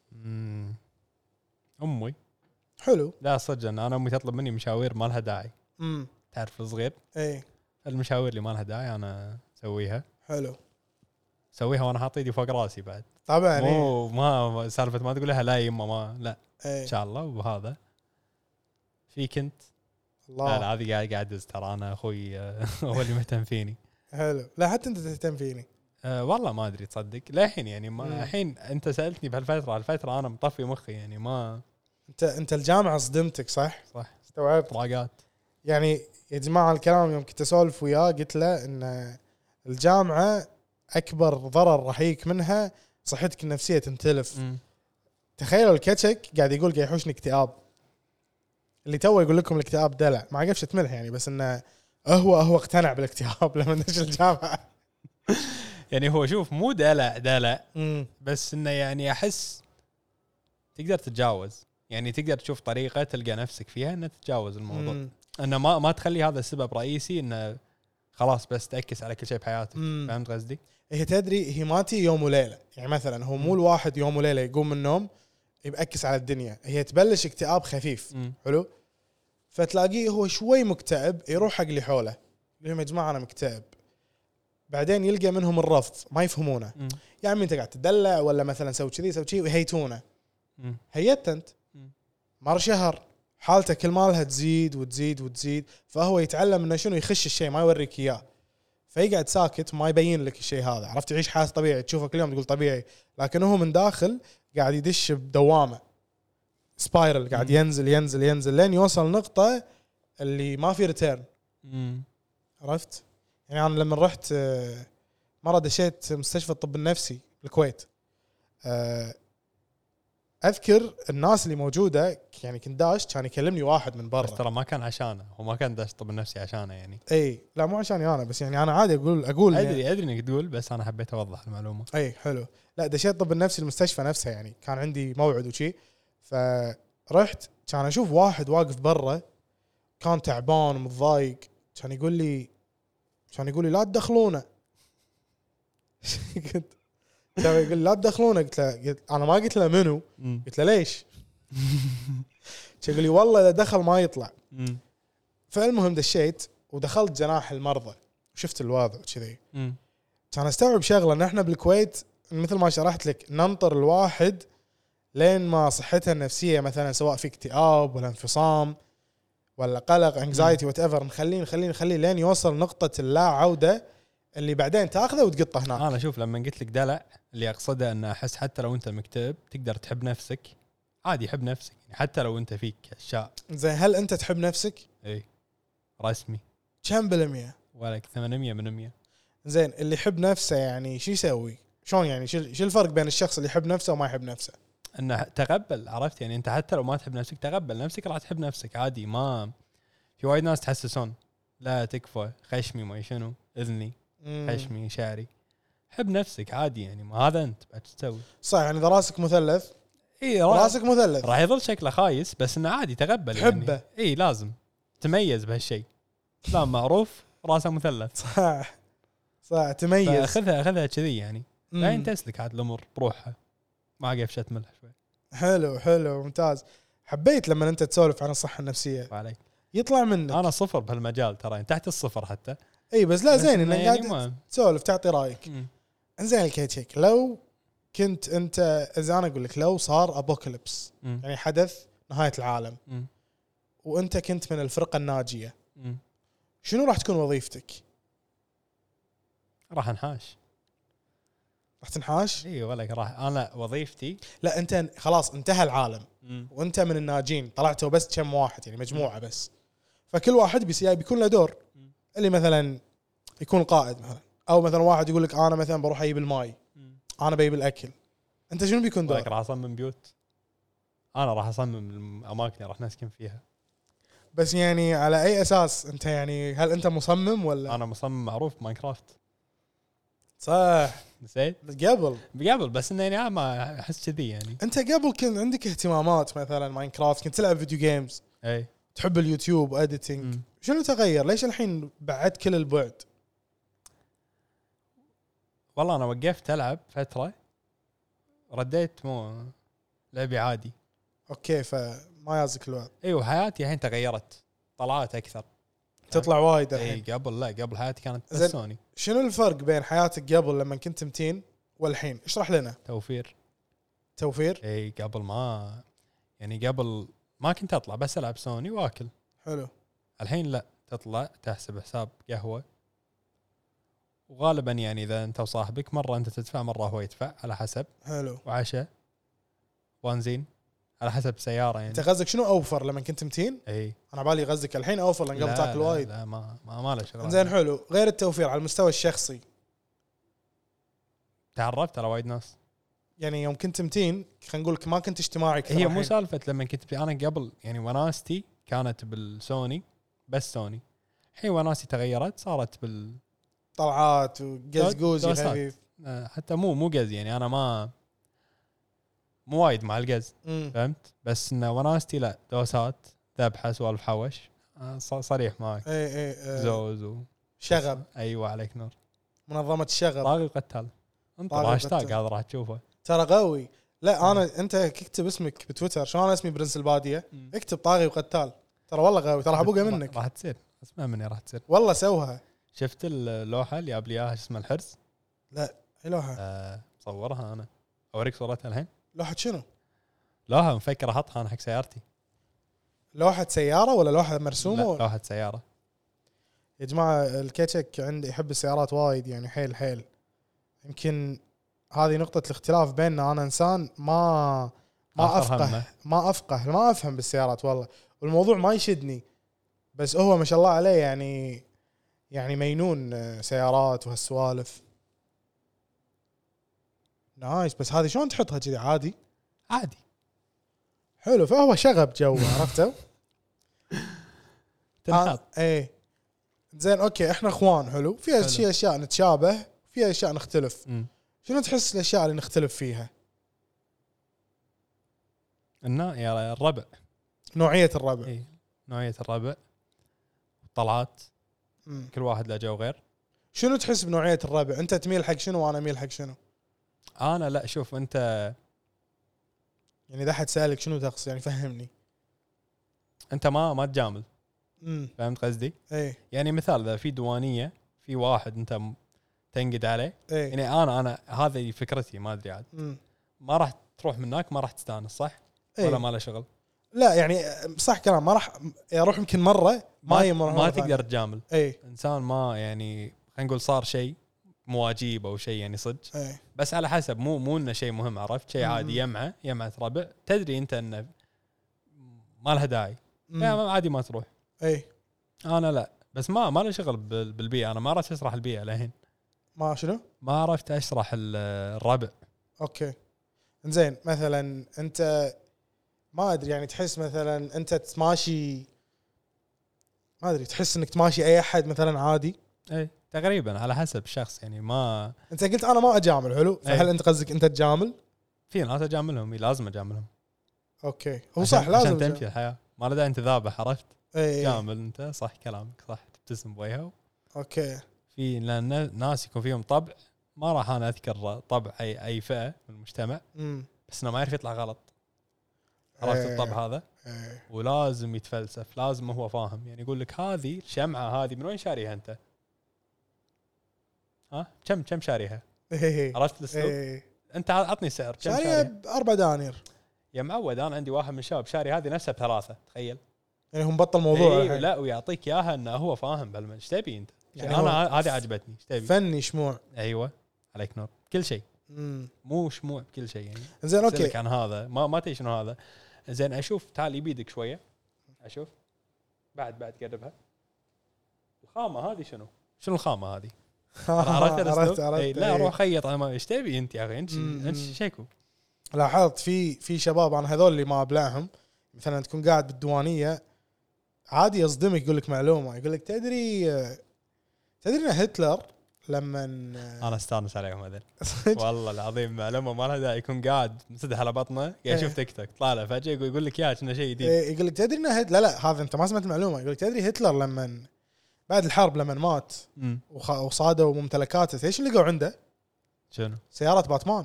امي حلو. لا صدق انا امي تطلب مني مشاوير ما لها داعي. تعرف الصغير اي المشاوير اللي ما لها داعي انا اسويها. حلو سويها وانا حاط ايدي فوق راسي بعد طبعا. مو ما سالفه ما تقول لها لا يما ما لا ايه. ان شاء الله. وهذا في كنت الله لا هذه قاعد ترى انا اخوي هو اللي مهتم فيني. حلو. لا حتى انت تهتم فيني. والله ما ادري تصدق للحين يعني ما الحين انت سالتني بهالفتره انا مطفي مخي يعني ما. انت الجامعه صدمتك صح استوعبت طراقات يعني يا جماعه الكلام يوم كنت اسولف وياه قلت له ان الجامعه اكبر ضرر راح يجيك منها صحتك النفسيه تنتلف. تخيلوا الكاتشك قاعد يقول قاعد يحوشني اكتئاب اللي تو يقول لكم الاكتئاب دلع ما قفشة ملح يعني بس انه هو اقتنع بالاكتئاب لما دش الجامعه. يعني هو شوف مو دلع بس انه يعني احس تقدر تتجاوز يعني تقدر تشوف طريقه تلقى نفسك فيها ان تتجاوز الموضوع. انه ما تخلي هذا السبب رئيسي انه خلاص بس تأكس على كل شيء بحياتك. فهمت قصدي؟ هي تدري هي ما تي يوم وليله يعني مثلا هو مو الواحد يوم وليله يقوم من النوم يبأكس على الدنيا. هي تبلش اكتئاب خفيف حلو فتلاقيه هو شوي مكتئب يروح حق اللي حوله يقول لهم يا جماعه انا مكتئب بعدين يلقى منهم الرفض ما يفهمونه. يا عمي انت قاعد تدلع ولا مثلا سوي كذي ويهيتونه. هيت انت مر شهر حالته كل مالها تزيد وتزيد فهو يتعلم انه شنو يخش الشيء ما يوريك اياه فيقعد ساكت ما يبين لك الشيء هذا. عرفت يعيش حياة طبيعي تشوفه كل يوم تقول طبيعي لكن هو من داخل قاعد يدش بدوامه سبايرل قاعد ينزل لين يوصل نقطة اللي ما في ريتيرن. عرفت يعني انا لما رحت مرة دشيت مستشفى الطب النفسي بالكويت اذكر الناس اللي موجوده يعني كنت داش كان يكلمني واحد من بس برا. ترى ما كان عشانه، هو ما كان داش طب نفسي عشانه يعني. اي لا مو عشاني انا، بس يعني انا عادي اقول يعني ادري انك تقول، بس انا حبيت اوضح المعلومه. اي حلو. لا دشيت طب النفسي المستشفى نفسها، يعني كان عندي موعد وشي، فرحت كان اشوف واحد واقف برا كان تعبان ومتضايق، كان يقول لي لا تدخلونه. كان يقول لي لا تدخلونه. قلت انا ما قلت له منو، قلت له ليش. يقول لي والله اذا دخل ما يطلع. فالمهم دشيت ودخلت جناح المرضى وشفت الوضع كذي. كان استوعب شغله ان احنا بالكويت مثل ما شرحت لك ننطر الواحد لين ما صحته النفسيه مثلا سواء في اكتئاب ولا انفصام ولا قلق انكزايتي وات ايفر، نخليه لين يوصل نقطه اللا عوده اللي بعدين تاخذه وتقطه هناك. انا شوف لما قلت لك دلع اللي اقصده ان احس حتى لو انت مكتئب تقدر تحب نفسك عادي. حب نفسك يعني حتى لو انت فيك اشياء. زين هل انت تحب نفسك؟ اي رسمي كم بالمية؟ ولك 800 من 100. زين اللي يحب نفسه يعني شو يسوي؟ شلون يعني شو الفرق بين الشخص اللي يحب نفسه وما يحب نفسه؟ انه تقبل، عرفت يعني انت حتى لو ما تحب نفسك تقبل نفسك راح تحب نفسك عادي. ما في وايد ناس تحسسون لا تكفى خشمي ما شنو اذني خشمي شعري. حب نفسك عادي يعني، ما هذا انت بعد تسوي صح. يعني اذا راسك مثلث اي راسك مثلث راح يظل شكله خايس، بس انه عادي تقبل تحبه يعني. اي لازم تميز بهالشيء. لا معروف راسه مثلث صح تميز. اخذها كذي يعني. بعدين تسلك عاد الامور بروحها ما قفشت ملح شوي. حلو ممتاز. حبيت لما انت تسولف عن الصحه النفسيه وعليك. يطلع منك. انا صفر بهالمجال ترى، تحت الصفر حتى. اي بس لا زين انك يعني قاعد تسولف تعطي رايك. انزين الكيتشيك لو كنت انت اذا انا اقول لك لو صار ابوكاليبس يعني حدث نهايه العالم وانت كنت من الفرقه الناجيه شنو راح تكون وظيفتك؟ راح انحاش. راح تنحاش؟ اي ولك راح انا وظيفتي. لا انت خلاص انتهى العالم وانت من الناجين طلعتوا بس كم واحد يعني مجموعه بس، فكل واحد بيكون له دور. اللي مثلا يكون قائد مثلا، او مثلا واحد يقول لك انا مثلا بروح اجيب الماي، انا بجيب الاكل. انت شنو بيكون دورك؟ راح اصمم بيوت. انا راح اصمم الاماكن اللي راح نسكن فيها. بس يعني على اي اساس انت يعني؟ هل انت مصمم ولا؟ انا مصمم معروف ماينكرافت. صح نسيت قبل بس انه يعني ما احس كذي يعني. انت قبل كان عندك اهتمامات مثلا ماينكرافت، كنت تلعب فيديو جيمز، اي تحب اليوتيوب واديتنج. شنو تغير؟ ليش الحين بعد كل البعد؟ والله انا وقفت العب فتره، رديت مو لعبي عادي. اوكي فما يازك الوقت. ايوه حياتي الحين تغيرت، طلعت اكثر، تطلع وايد الحين. اي قبل حياتي كانت بس سوني. شنو الفرق بين حياتك قبل لما كنت متين والحين؟ اشرح لنا. توفير. اي قبل ما يعني قبل ما كنت اطلع بس العب سوني واكل. حلو. الحين لا، تطلع تحسب حساب قهوه، وغالبا يعني اذا انت وصاحبك مره انت تدفع مره هو يدفع على حسب. حلو. وعشاء وانزين على حسب سياره يعني. انت غزك شنو اوفر لما كنت متين؟ اي انا بالي غزك الحين اوفر لان قبل تاكل وايد. لا ما له شغل. زين حلو. غير التوفير على المستوى الشخصي تعرفت على وايد ناس يعني يوم كنت متين خلينا نقول ما كنت اجتماعي كثير. هي مو سالفه لما كنت انا قبل يعني وناستي كانت بالسوني بس سوني. الحين وناستي تغيرت صارت طلعات وقزقوزي خفيف. حتى مو قز يعني انا مو وايد مع القز فهمت. بس انه وناستي لا دوسات ذبحه سوالف حوش صريح معك. اي زوز شغب. ايوه عليك نور. منظمه الشغب. طاغي وقتال. انت هاشتاج هذا راح تشوفه ترى قوي. لا انت اكتب اسمك بتويتر شلون انا اسمي برنس الباديه اكتب طاغي وقتال ترى والله قوي. ترى ابوقه منك راح تصير. اسمع مني راح تصير والله. سوها. شفت اللوحه اللي قبل اياها اسمها الحرز؟ لا اي لوحه؟ صورها انا اوريك صورتها الحين. لوحه شنو؟ لوحه مفكر احطها انا حق سيارتي. لوحه سياره ولا لوحه مرسومه؟ لا لوحه سياره. يا جماعه الكيتشك عندي يحب السيارات وايد يعني حيل. يمكن هذه نقطه الاختلاف بيننا. انا انسان ما افهم بالسيارات والله، والموضوع ما يشدني. بس هو ما شاء الله عليه يعني مينون سيارات وهالسوالف. نايس. بس هذه شلون تحطها كذي عادي؟ حلو. فهو شغب جو عرفته. تنحط. ايه زين اوكي احنا اخوان. حلو. في اشياء نتشابه في اشياء نختلف. شنو تحس الاشياء اللي نختلف فيها؟ يا الربع. نوعيه الربع. اي نوعيه الربع. طلعات. كل واحد له جو غير. شنو تحس بنوعيه الربع؟ انت تميل حق شنو وانا اميل حق شنو؟ انا لا شوف انت يعني اذا حد سالك شنو تقصد يعني فهمني. انت ما تجامل. فهمت قصدي؟ ايه يعني مثال اذا في دوانيه في واحد انت تنقد عليه. ايه يعني انا هذه فكرتي ما ادري عاد. ما راح تروح منك ما راح تستانس صح؟ إيه. ولا ما له شغل. لا يعني صح كلام. ما راح اروح يمكن مره ما تقدر تجامل. ايه انسان ما يعني خلينا نقول صار شيء مواجيب او شيء يعني صدق. ايه بس على حسب مو انه شيء مهم عرفت شيء عادي يمعه ربع تدري انت انه ما لها داعي. لا عادي ما تروح. ايه انا لا بس ما له شغل بالبيئه. انا ما عرفت اشرح البيئه لهين. ما شنو؟ ما عرفت اشرح الربع. اوكي زين. مثلا انت ما ادري يعني تحس مثلا انت تماشي ما ادري تحس انك تماشي اي احد مثلا عادي. اي تقريبا على حسب الشخص يعني ما. انت قلت انا ما اجامل. حلو. فهل انت قصدك انت تجامل؟ في ناس اجاملهم لازم اجاملهم. اوكي هو صح لازم عشان تمشي الحياه ما له داعي انت ذابح عرفت. ايه جامل انت صح كلامك صح تبتسم بوجهه. اوكي في لان ناس يكون فيهم طبع ما راح انا اذكر طبع اي فئه من المجتمع. بس انه ما يعرف يطلع غلط. عرفت الطبع هذا. ولازم يتفلسف لازم هو فاهم يعني يقول لك هذه الشمعه هذه من وين شاريها انت؟ ها كم شاريها؟ عرفت الاسلوب؟ انت عطني سعر كم شاريها ب4 دنانير يا معود. انا عندي واحد من الشباب شاري هذه نفسها ب3 تخيل. يعني هم بطل موضوع. لا ويعطيك اياها انه هو فاهم ايش تبي انت يعني انا هذه عجبتني ايش تبي فني شموع. ايوه عليك نور كل شيء. مو شموع بكل شيء يعني. زين اوكي كان هذا ما تدري شنو هذا. زين اشوف تعال يبيدك شويه اشوف بعد قربها. الخامه هذه شنو الخامه هذه؟ عرفت لا روح خيط انا ايش تبي انت يا اخي انت شيكو. لاحظت في شباب انا هذول اللي ما ابلعهم مثلا تكون قاعد بالديوانيه عادي يصدمك يقول لك معلومه يقول لك تدري ان هتلر لما انا استانس عليهم هذول والله العظيم معلومه ما لها داعي. يكون قاعد مسدح على بطنه قاعد يشوف تيك توك طلع له فجاه يقول لك يا كنا شيء جديد. يقول لك تدري ان لا هذا انت ما سمعت المعلومه. يقول لك تدري هتلر لما بعد الحرب لما مات وصادوا ممتلكاته ايش اللي لقوا عنده؟ شنو؟ سياره باتمان.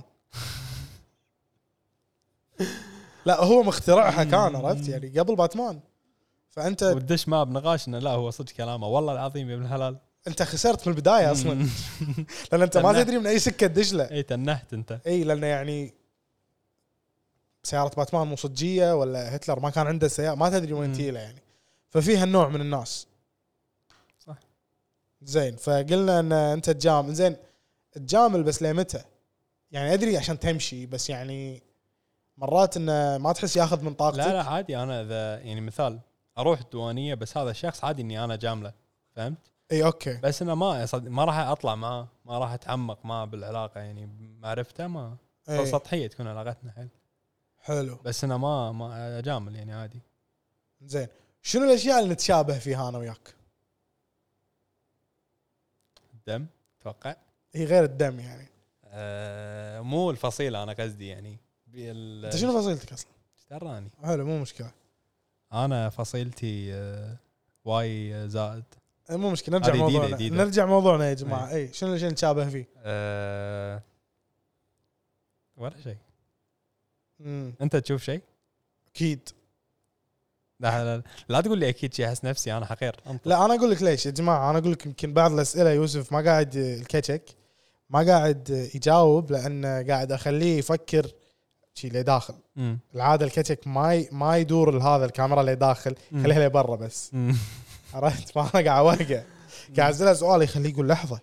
لا هو مخترعها كان عرفت يعني قبل باتمان. فانت ودش ما بنقاش انه لا هو صدق كلامه والله العظيم يا ابن الحلال. انت خسرت من البدايه اصلا لان انت ما تدري من اي سكه تدش له. اي تنحت انت. اي لانه يعني سياره باتمان مو صجيه ولا هتلر ما كان عنده سياره ما تدري وين تيله يعني. ففيها النوع من الناس صح. زين فقلنا ان انت تجامل. زين تجامل بس لمتى يعني؟ ادري عشان تمشي بس يعني مرات انه ما تحس ياخذ من طاقتك. لا عادي انا اذا يعني مثال اروح الديوانيه بس هذا الشخص عادي اني انا جامله فهمت. اي اوكي بس انا ما راح اطلع معاه ما راح اتعمق معاه بالعلاقه يعني معرفته ما سطحيه تكون علاقتنا حلو. بس انا ما اجامل يعني عادي. زين شنو الاشياء اللي نتشابه فيها انا وياك؟ الدم اتوقع. هي غير الدم يعني مو الفصيله انا قصدي يعني انت شنو فصيلتك اصلا؟ تراني حلو مو مشكله. انا فصيلتي واي زائد. مو مشكله نرجع موضوعنا يا جماعه. اي شنو الاشياء نتشابه فيه؟ ولا شيء. انت تشوف شيء اكيد. لا تقول لي اكيد شيء احس نفسي انا حقير لا انا اقول لك ليش يا جماعه. انا اقول لك يمكن بعض الاسئله يوسف ما قاعد الكتشك ما قاعد يجاوب لان قاعد اخليه يفكر شيء اللي داخل. العاده الكتشك ما يدور لهذا الكاميرا اللي داخل خليها لي برا بس. عرفت؟ ما انا قاعد اوقع قاعد اساله سؤال يخليه يقول لحظه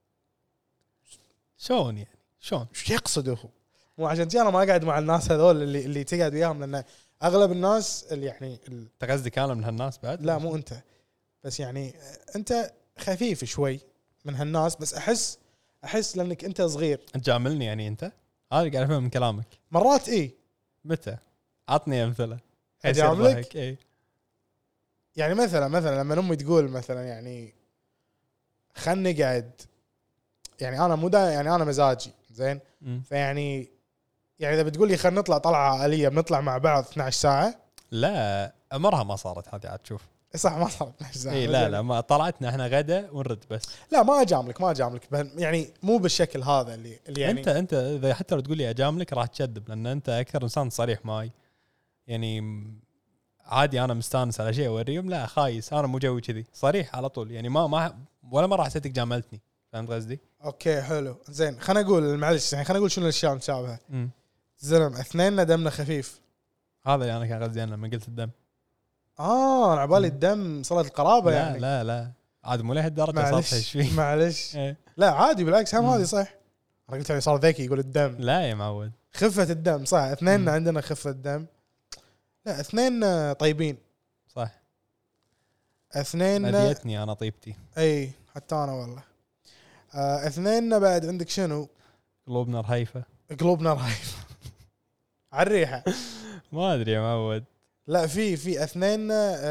شلون يعني شلون ايش يقصد هو. مو عشان كذا انا ما اقعد مع الناس هذول اللي تقعد وياهم لان اغلب الناس اللي يعني انت قصدك انا من هالناس بعد؟ لا مو انت بس يعني انت خفيف شوي من هالناس بس احس لانك انت صغير. تجاملني يعني انت هذا قاعد افهم من كلامك مرات. ايه متى عطني امثله. اجاملك اي يعني مثلا لما امي تقول مثلا يعني خلني قاعد يعني انا مو يعني انا مزاجي زين فيعني يعني اذا بتقول لي خلينا نطلع طلعه عائليه بنطلع مع بعض 12 ساعه لا امرها ما صارت هذه عاد تشوف صح ما صارت 12 ساعه اي لا ما طلعتنا احنا غدا ونرد بس لا ما اجاملك يعني مو بالشكل هذا اللي يعني انت اذا حتى لو تقول لي اجاملك راح تكذب لان انت اكثر انسان صريح معي يعني عادي انا مستانس على شيء اوريهم لا خايس انا مو جوي كذي صريح على طول يعني ما ولا مره حسيتك جاملتني فهمت قصدي اوكي حلو زين خلينا نقول معلش يعني خلينا نقول شنو الاشياء المشابهه زلم اثنيننا دمنا خفيف هذا اللي انا كان قصدي انا لما قلت الدم انا على بالي الدم صلة القرابه لا يعني لا عاد مو لهالدرجه سطحي ايش فيه معلش إيه. لا عادي بالعكس هم هذه صح انا قلت يعني صار ذكي يقول الدم لا يا معود خفه الدم صح اثنيننا عندنا خفه دم لا اثنين طيبين صح اثنين أذيتني انا طيبتي اي حتى انا والله اثنين بعد عندك شنو قلوبنا رهيفه قلوبنا رهيفه على الريحه ما ادري يا معود لا في اثنين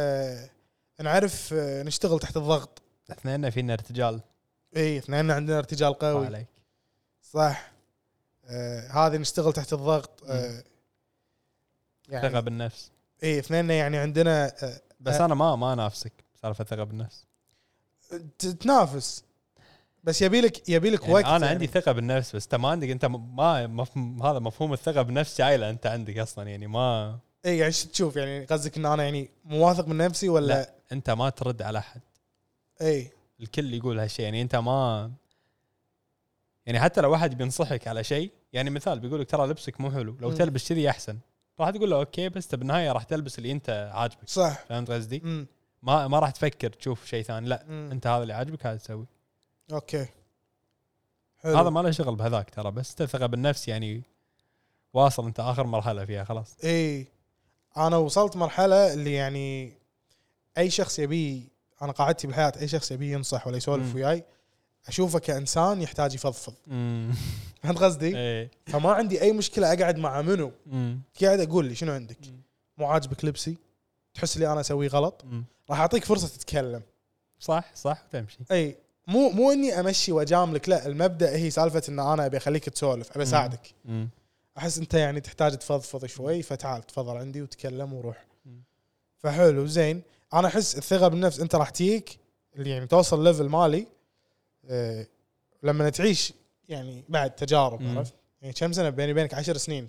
نعرف نشتغل تحت الضغط اثنين فينا ارتجال اي اثنين عندنا ارتجال قوي عليك صح هذه نشتغل تحت الضغط يعني ثقة بالنفس اي اثنين يعني عندنا بس انا ما انافسك سالفه ثقة بالنفس تنافس بس يبيلك يعني وقت انا يعني. عندي ثقة بالنفس بس انت ما عندك انت ما هذا مفهوم الثقة بالنفس شايله انت عندك اصلا يعني ما اي يعني تشوف يعني قصدك ان انا يعني مواثق من نفسي ولا لا انت ما ترد على احد اي الكل يقول هالشيء يعني انت ما يعني حتى لو واحد بينصحك على شيء يعني مثال بيقول لك ترى لبسك مو حلو لو تلبس كذي احسن راح تقول له اوكي بس بالنهايه راح تلبس اللي انت عاجبك صح فهمت قصدي ما راح تفكر تشوف شيء ثاني لا انت هذا اللي عاجبك هذا تسوي اوكي حلو. هذا ما له شغل بهذاك ترى بس تثق بالنفس يعني واصل انت اخر مرحله فيها خلاص اي انا وصلت مرحله اللي يعني اي شخص يبي انا قاعدتي بالحياه اي شخص يبي ينصح ولا يسولف وياي اشوفه كانسان يحتاج يفضفض فهمت قصدي ايه فما عندي اي مشكله اقعد مع منو قاعد اقول لي شنو عندك مو عاجبك لبسي تحس لي انا اسوي غلط راح اعطيك فرصه تتكلم صح وتمشي اي مو اني امشي واجاملك لا المبدا هي سالفه ان انا ابي اخليك تسولف ابي اساعدك احس انت يعني تحتاج تفضفض شوي فتعال تفضل عندي وتكلم وروح فحلو زين انا احس الثقه بالنفس انت راح تيك اللي يعني توصل ليفل مالي لما تعيش يعني بعد تجارب عرفت يعني كم سنه بيني وبينك 10 سنين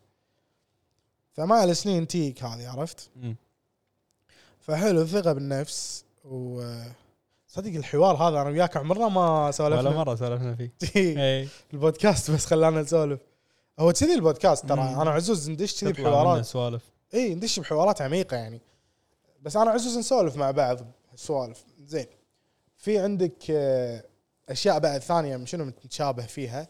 فما السنين تيك هذه عرفت فحلو الثقه بالنفس صدق الحوار هذا انا وياك عمرنا ما سولفنا ولا مره سولفنا فيه البودكاست بس خلانا نسولف هو كذي البودكاست ترى انا عزوز ندش كذي بحوارات سوالف اي ندش بحوارات عميقه يعني بس انا عزوز نسولف مع بعض السوالف زين في عندك اشياء بعد ثانيه شنو متشابه فيها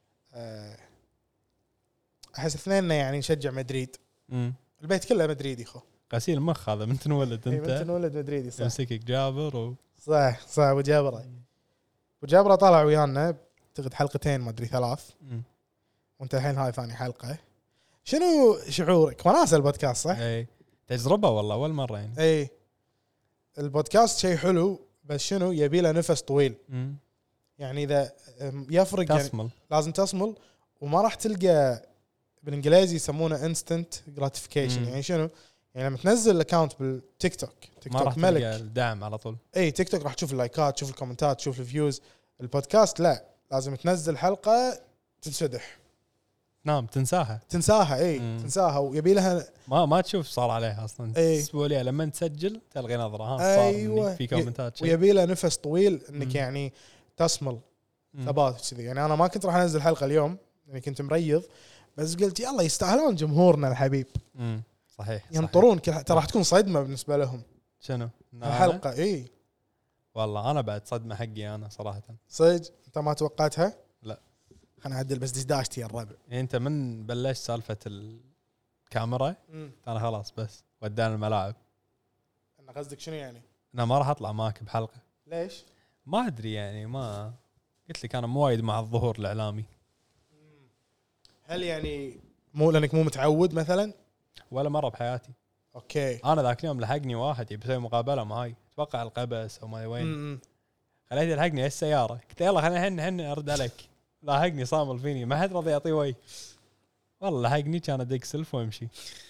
احس اثنيننا يعني نشجع مدريد البيت كله مدريدي خو غسيل مخ هذا من تنولد انت من تنولد مدريدي صح يمسكك جابر صح ابو جابره طالع ويانا اعتقد حلقتين ما ادري 3 وانت الحين هاي ثاني حلقه شنو شعورك وناسه البودكاست صح اي تجربه والله اول مره يعني اي البودكاست شيء حلو بس شنو يبي له نفس طويل يعني اذا يفرق تصمل يعني لازم تصمل وما راح تلقى بالانجليزي يسمونه instant gratification يعني شنو يعني لما تنزل الاكونت بالتيك توك ما راح ملك تلقى الدعم على طول اي تيك توك راح تشوف اللايكات تشوف الكومنتات تشوف الفيوز البودكاست لا لازم تنزل حلقه تنسدح نعم تنساها تنساها ويبي لها ما تشوف صار عليها اصلا اسبوعيا لما تسجل تلغي نظره صار أيوة. في كومنتات شيء ويبي لها نفس طويل انك يعني تصمل ثبات كذي يعني انا ما كنت راح انزل حلقه اليوم يعني كنت مريض بس قلت يلا يستاهلون جمهورنا الحبيب صحيح ينطرون ترى راح تكون صدمه بالنسبه لهم شنو الحلقه والله انا بعد صدمه حقي انا صراحه صدق انت ما توقعتها لا خلينا نعدل بس دشداشتي يا الربع يعني انت من بلشت سالفه الكاميرا انا خلاص بس ودانا الملاعب انا قصدك شنو يعني انا ما راح اطلع معك بحلقه ليش ما ادري يعني ما قلت لك انا مو وايد مع الظهور الاعلامي هل يعني مو لانك مو متعود مثلا ولا مره بحياتي اوكي. انا ذاك اليوم لحقني واحد يبي يسوي مقابله معاي، اتوقع القبس او ما وين. خليته يلحقني السياره، قلت يلا خلينا هن ارد عليك. لاحقني صامل فيني، ما حد رضي يعطيه وي. والله لحقني كان ادق سلف وامشي.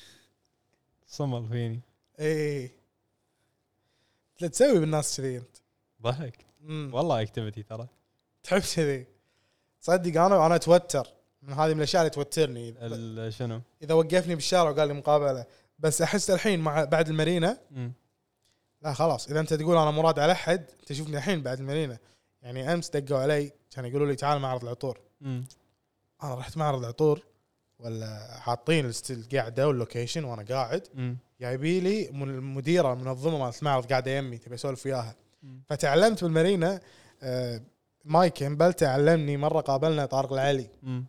صمل فيني. ايه لا تسوي بالناس كذي انت. ضحك. والله اكتيفيتي ترى. تحب كذي صدق. انا اتوتر من هذه من الاشياء اللي توترني. شنو اذا وقفني بالشارع وقال لي مقابله، بس احس الحين مع بعد المارينا لا خلاص. اذا انت تقول انا مراد على احد، انت شوفني الحين بعد المارينا. يعني امس دقوا علي كانوا يقولوا لي تعال معرض العطور. انا رحت معرض العطور ولا حاطين القعده واللوكيشن وانا قاعد، جايبي لي المديره المنظمه مال المعرض قاعده يمي تبي اسولف وياها. فتعلمت بالمارينا. مايك امبل علمني مره، قابلنا طارق العلي.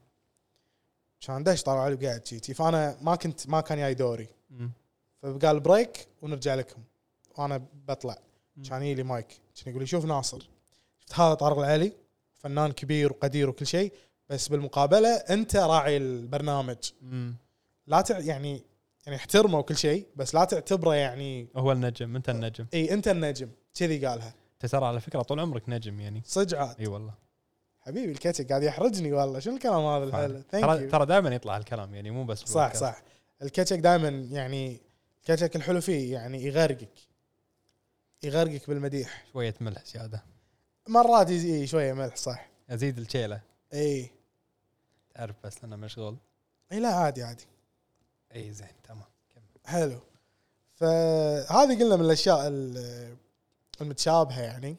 كان دش طارق العلي وقاعد شي، فانا ما كان جاي دوري. فقال بريك ونرجع لكم وانا بطلع. كان يجي لي مايك كان يقول لي شوف ناصر، شفت هذا طارق العلي فنان كبير وقدير وكل شيء، بس بالمقابله انت راعي البرنامج. لا يعني احترمه وكل شيء، بس لا تعتبره يعني هو النجم. انت النجم. اي انت النجم كذي قالها. ترى على فكره طول عمرك نجم يعني صجعات. اي والله حبيبي الكاتشك قاعد يحرجني والله. شنو الكلام هذا الحلو؟ ترى دائما يطلع الكلام يعني مو بس صح الكاتشك دائما يعني الكاتشك الحلو فيه يعني يغرقك بالمديح. شويه ملح زياده مرات يزيد شويه ملح. صح ازيد الشيله. اي تعرف بس انا مشغول. اي لا عادي اي زين تمام حلو. فهذه قلنا من الاشياء المتشابهه يعني.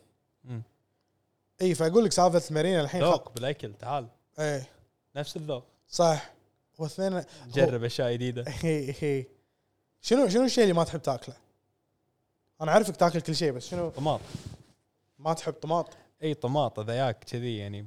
اي فاقول لك سالفه المارينا الحين ذوق بالاكل. تعال اي نفس الذوق صح. واثنين جرب اشياء جديده. هي شنو الشيء اللي ما تحب تاكله؟ انا اعرفك تاكل كل شيء، بس شنو؟ طماط. ما تحب طماط؟ اي طماط اذا ياك كذي يعني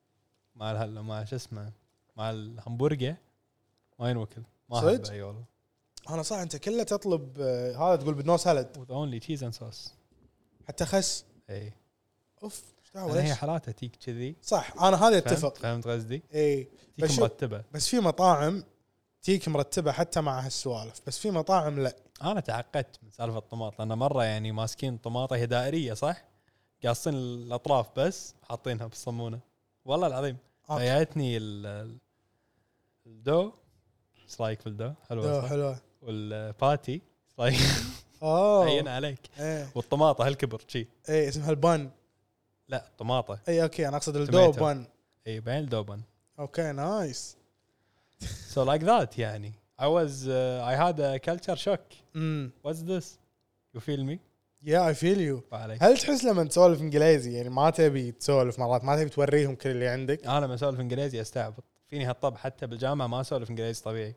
مع شو اسمه مع الهمبرجر ما ينوكل. ما احب. اي والله انا صح. انت كله تطلب هذا تقول بدنو سالد with only cheese and sauce حتى خس. اي اوف هي حالاتها تيك كذي. صح انا هذا اتفق. فهمت قصدي؟ اي تيك مرتبه. بس في مطاعم تيك مرتبه حتى مع هالسوالف، بس في مطاعم لا. انا تعقدت من سالفه الطماط لان مره يعني ماسكين طماطه هي دائريه صح، قاصين الاطراف بس حاطينها بالصمونه والله العظيم. فجاءتني الدو. ايش رايك في الدو؟ حلوه. والباتي رايك؟ عين عليك. والطماطه هالكبر شي. اي اسمها البان. لا الطماطه. اي اوكي انا اقصد الدو بان. اي بين الدو بان. اوكي نايس. So like that يعني I had a culture shock. What's this? You feel me? Yeah I feel you. هل تحس لما تسولف انجليزي يعني ما تبي تسولف مرات ما تبي توريهم كل اللي عندك؟ انا لما اسولف انجليزي استعبط فيني هالطبع. حتى بالجامعه ما اسولف انجليزي طبيعي.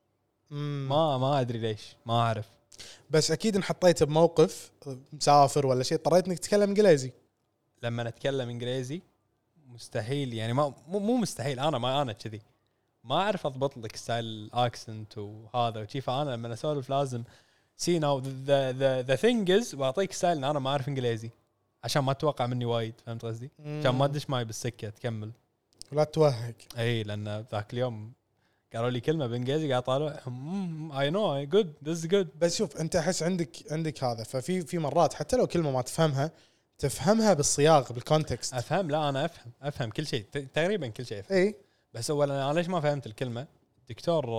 ما ادري ليش ما اعرف. بس اكيد انحطيت بموقف مسافر ولا شيء اضطريت انك تتكلم انجليزي. لما نتكلم انجليزي مستحيل يعني مو مستحيل. انا كذي ما اعرف اضبط لك ستايل اكسنت وهذا وشي. فانا لما اسولف لازم سي ناو ذا ثينج از واعطيك ستايل ان انا ما اعرف انجليزي عشان ما تتوقع مني وايد. فهمت قصدي؟ عشان ما تدش معي بالسكه تكمل ولا توهق. اي لان ذاك اليوم قالوا لي كلمه بالانجليزي قاعد طالع اي نو جود ذس جود. بس شوف انت احس عندك هذا. ففي مرات حتى لو كلمه ما تفهمها بالصياغه بالكونتكست. افهم. لا انا افهم كل شيء تقريبا كل شيء. اي بس اولا انا ليش ما فهمت الكلمه؟ دكتور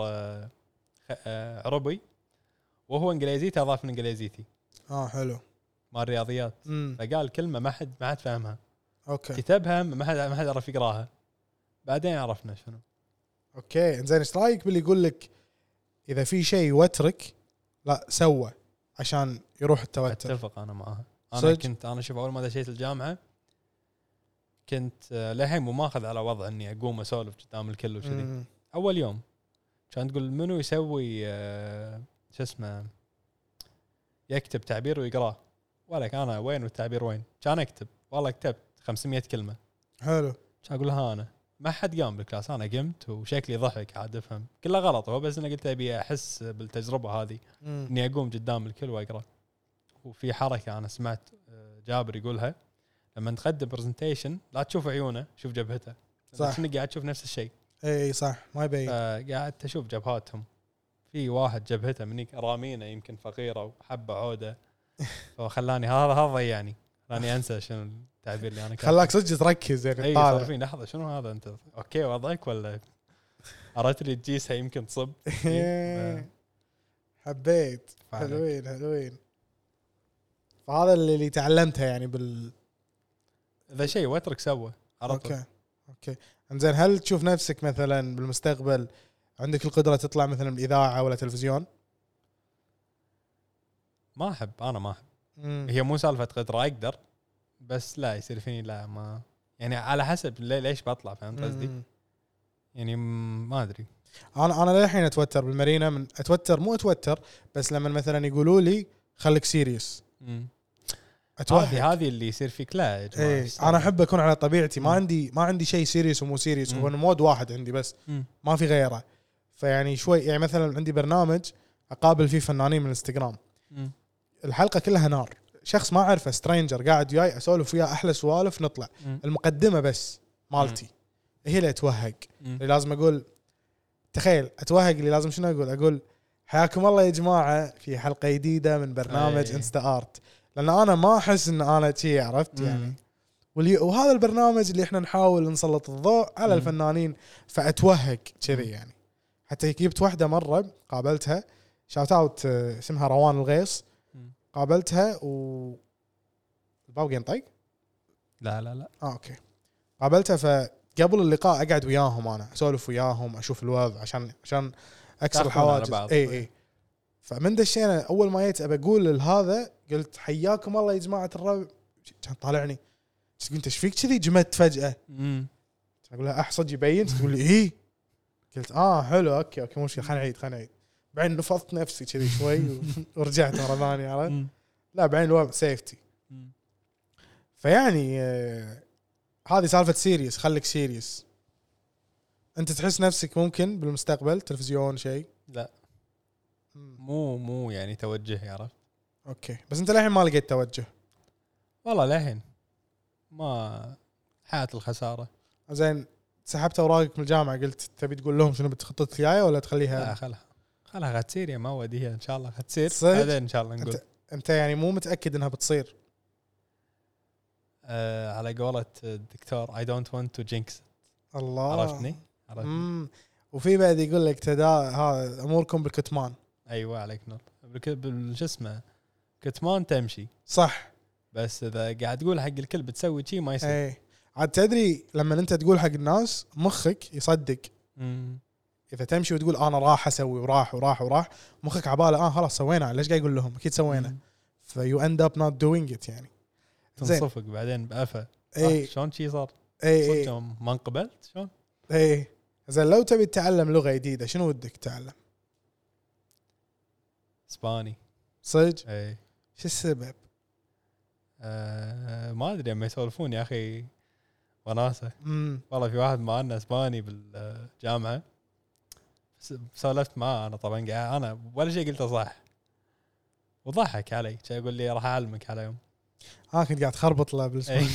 عربي وهو انجليزيته اضاف من انجليزيتي. حلو مال الرياضيات. فقال كلمه ما حد فهمها. اوكي كتبها ما حد عرف يقراها. بعدين عرفنا شنو. اوكي زين. ايش رايك باللي يقول لك اذا في شيء يوترك لا سوى عشان يروح التوتر؟ اتفق انا معها. انا شوف اول ما دشيت الجامعه كنت للحين مو ماخذ على وضع اني اقوم اسولف قدام الكل وكذي. اول يوم كان تقول منو يسوي شو اسمه يكتب تعبير ويقراه. ولك انا وين والتعبير وين؟ كان اكتب والله كتبت 500 كلمه. حلو. كان اقول لها انا ما حد قام بالكلاس. انا قمت وشكلي ضحك عاد افهم كله غلط. هو بس انا قلت ابي احس بالتجربه هذه اني اقوم قدام الكل واقرا. وفي حركه انا سمعت جابر يقولها لما تقدم برزنتيشن لا تشوف عيونه شوف جبهته. صح. انك قاعد تشوف نفس الشيء. اي صح ما يبين. قاعد تشوف جبهاتهم. في واحد جبهته منيك رامينه يمكن فقيره وحبه عوده فخلاني هذا يعني خلاني انسى شنو التعبير اللي انا خلاك صدق تركز يعني اي طالع. صار في لحظه شنو هذا انت اوكي وضعك ولا اردت لي تجيسها يمكن تصب حبيت حلوين فهذا اللي تعلمتها يعني اذا شيء واترك سوى اوكي انزين هل تشوف نفسك مثلا بالمستقبل عندك القدرة تطلع مثلا بالإذاعة ولا تلفزيون؟ ما احب هي مو سالفه قدره اقدر بس لا يصير فيني لا ما يعني على حسب ليش بطلع فهمت قصدي يعني ما ادري انا للحين اتوتر بالمارينا من مو اتوتر بس لما مثلا يقولوا لي خليك سيريس هذه اللي يصير فيك لا يا جماعه ايه انا احب اكون على طبيعتي ما عندي شيء سيريس ومو سيريس هو مود واحد عندي بس ما في غيره فيعني شوي يعني مثلا عندي برنامج اقابل فيه فنانين من الانستغرام الحلقه كلها نار شخص ما اعرفه سترينجر قاعد وياي اسولف وياه احلى سوالف نطلع المقدمه بس مالتي هي اللي اتوهق اللي لازم اقول تخيل اتوهق اللي لازم شنو اقول حياكم الله يا جماعه في حلقه جديده من برنامج انستا ارت لان انا ما احس ان انا شيء عرفت يعني وهذا البرنامج اللي احنا نحاول نسلط الضوء على الفنانين فاتوهق كذي يعني حتى جبت واحده مره قابلتها شاوت اوت اسمها روان الغيص قابلتها الباب ينطق لا اوكي قابلتها فقبل اللقاء اقعد وياهم انا اسولف وياهم اشوف الوضع عشان اكسر الحواجز اي فمن دشينا اول ما جيت ابى اقول هذا قلت حياكم الله يا جماعه الربع كان طالعني قلت انت ايش فيك كذي جمدت فجاه اقول لها احصد يبين تقول لي ايه قلت حلو اوكي مشكله خلينا نعيد بعدين نفضت نفسي كذي شوي ورجعت مره ثانيه عرفت لا بعدين الوضع سيفتي فيعني هذه سالفه سيريس خليك سيريس انت تحس نفسك ممكن بالمستقبل تلفزيون شيء لا مو يعني توجه عرفت اوكي بس انت للحين ما لقيت توجه والله للحين ما حياة الخساره زين سحبت اوراقك من الجامعه قلت تبي تقول لهم شنو بتخطط الجايه ولا تخليها لا خلها تصير يا موديها ان شاء الله تصير بعدين ان شاء الله نقول انت يعني مو متاكد انها بتصير على قولة الدكتور I don't want to jinx الله عرفتني وفي بعد يقول لك هذا اموركم بالكتمان ايوه عليك نور شو اسمه كتمان تمشي صح بس اذا قاعد تقول حق الكل بتسوي شيء ما يصير اي عاد تدري لما انت تقول حق الناس مخك يصدق اذا تمشي وتقول انا راح اسوي وراح مخك عباله خلاص سوينا ليش قاعد يقول لهم اكيد سوينا فيو اند اب نوت دوينج ات يعني تنصفق بعدين بأفة شلون شي صار صدق ما انقبلت شلون زين لو تبي تتعلم لغه جديده شنو ودك تتعلم اسباني صدق شو السبب ما ادري ما يسولفون يا اخي وناسه والله في واحد معنا اسباني بالجامعه سولفت معاه انا طبعا قاعد انا ولا شيء قلته صح وضحك علي يقول لي راح اعلمك على يوم كنت قاعد تخربط له بالاسباني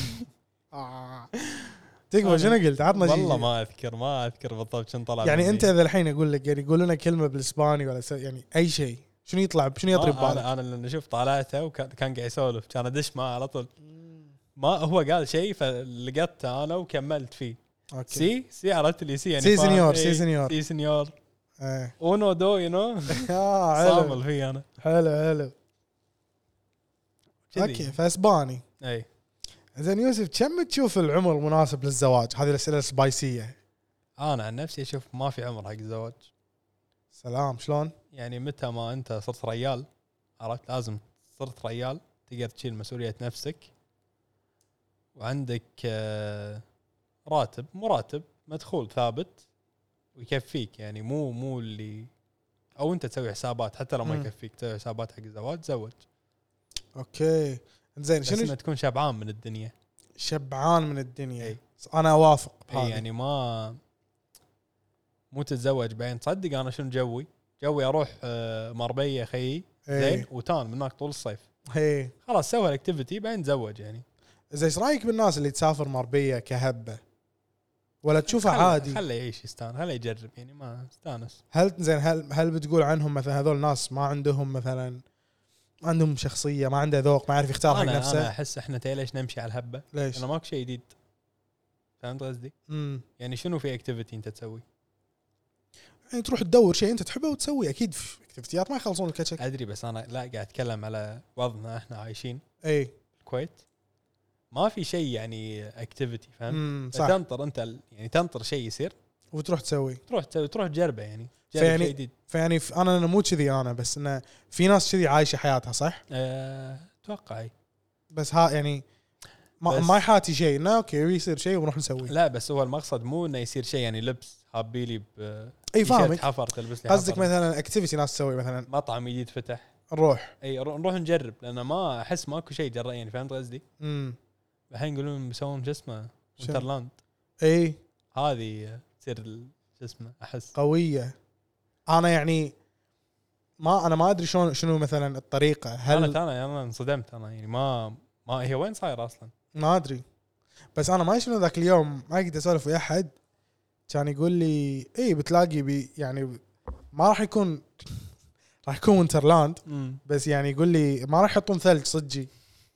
تقول شنو قلت عطنا شيء والله ما اذكر بالضبط شنو طلع يعني انت اذا الحين اقول لك يعني يقول لنا كلمه بالاسباني ولا يعني اي شيء شنو يطلع شنو يضرب بالك انا لما شفت طلعته وكان قاعد يسولف كان ادش معه على طول ما هو قال شيء فلقيته انا وكملت فيه أوكي. سي عرفت لي سي يعني سي سينيور اونو دو صامل فيه انا حلو اوكي فاسباني اي زين يوسف كم تشوف العمر المناسب للزواج هذه الاسئله السبايسيه انا عن نفسي اشوف ما في عمر حق الزواج سلام شلون يعني متى ما انت صرت ريال عرفت لازم صرت ريال تقدر تشيل مسؤوليه نفسك وعندك مراتب مدخول ثابت ويكفيك يعني مو اللي او انت تسوي حسابات حتى لو ما يكفيك تسوي حسابات حق الزواج تزوج اوكي زين شنو تكون شبعان من الدنيا أي. انا اوافق يعني مو تتزوج بعدين تصدق انا شنو جوي اروح مربيه خيي زين وتان من هناك طول الصيف خلاص سوي الاكتيفيتي بعدين تزوج يعني زين ايش رايك بالناس اللي تسافر مربيه كهبه ولا تشوفه عادي؟ خله يعيش يستانس، خله يجرب يعني ما استانس. هل زين هل بتقول عنهم مثلا هذول الناس ما عندهم مثلا ما عندهم شخصيه، ما عنده ذوق، ما يعرف يختار حق نفسه؟ انا احس احنا ليش نمشي على الهبه؟ ليش؟ انا ماكو شيء جديد، فهمت قصدي؟ يعني شنو في اكتيفيتي انت تسوي؟ يعني تروح تدور شيء انت تحبه وتسوي. اكيد في اكتيفيتيات ما يخلصون الكاتشك. ادري بس انا لا قاعد اتكلم على وضعنا احنا عايشين اي الكويت، ما في شيء يعني اكتيفيتي، فاهم؟ صح. تنطر انت يعني تنطر شيء يصير وتروح تسوي، تروح تجربه يعني فيعني شيء جديد. فيعني انا مو كذي انا، بس انه في ناس كذي عايشه حياتها صح. اتوقع اي. بس ها يعني ما يحاتي شيء انه اوكي يصير شيء ونروح نسوي. لا بس هو المقصد مو انه يصير شيء يعني لبس حابي لي اي فاهمك، حفر تلبس لي قصدك حفر. مثلا اكتيفيتي ناس تسوي مثلا مطعم جديد فتح نروح نروح نجرب، لان ما احس ماكو شيء جرأ يعني، فهمت قصدي؟ الحين يقولون بيسوون شو اسمه وينترلاند، اي هذه تصير شو اسمه احس قويه. انا يعني انا ما ادري شنو مثلا الطريقه. هل انا انصدمت انا يعني ما هي وين صايره اصلا ما ادري. بس انا ما شنو ذاك اليوم ما قد اسولف ويا احد كان يقول لي اي بتلاقي يعني ما راح يكون وينترلاند، بس يعني يقول لي ما راح يحطون ثلج صجي.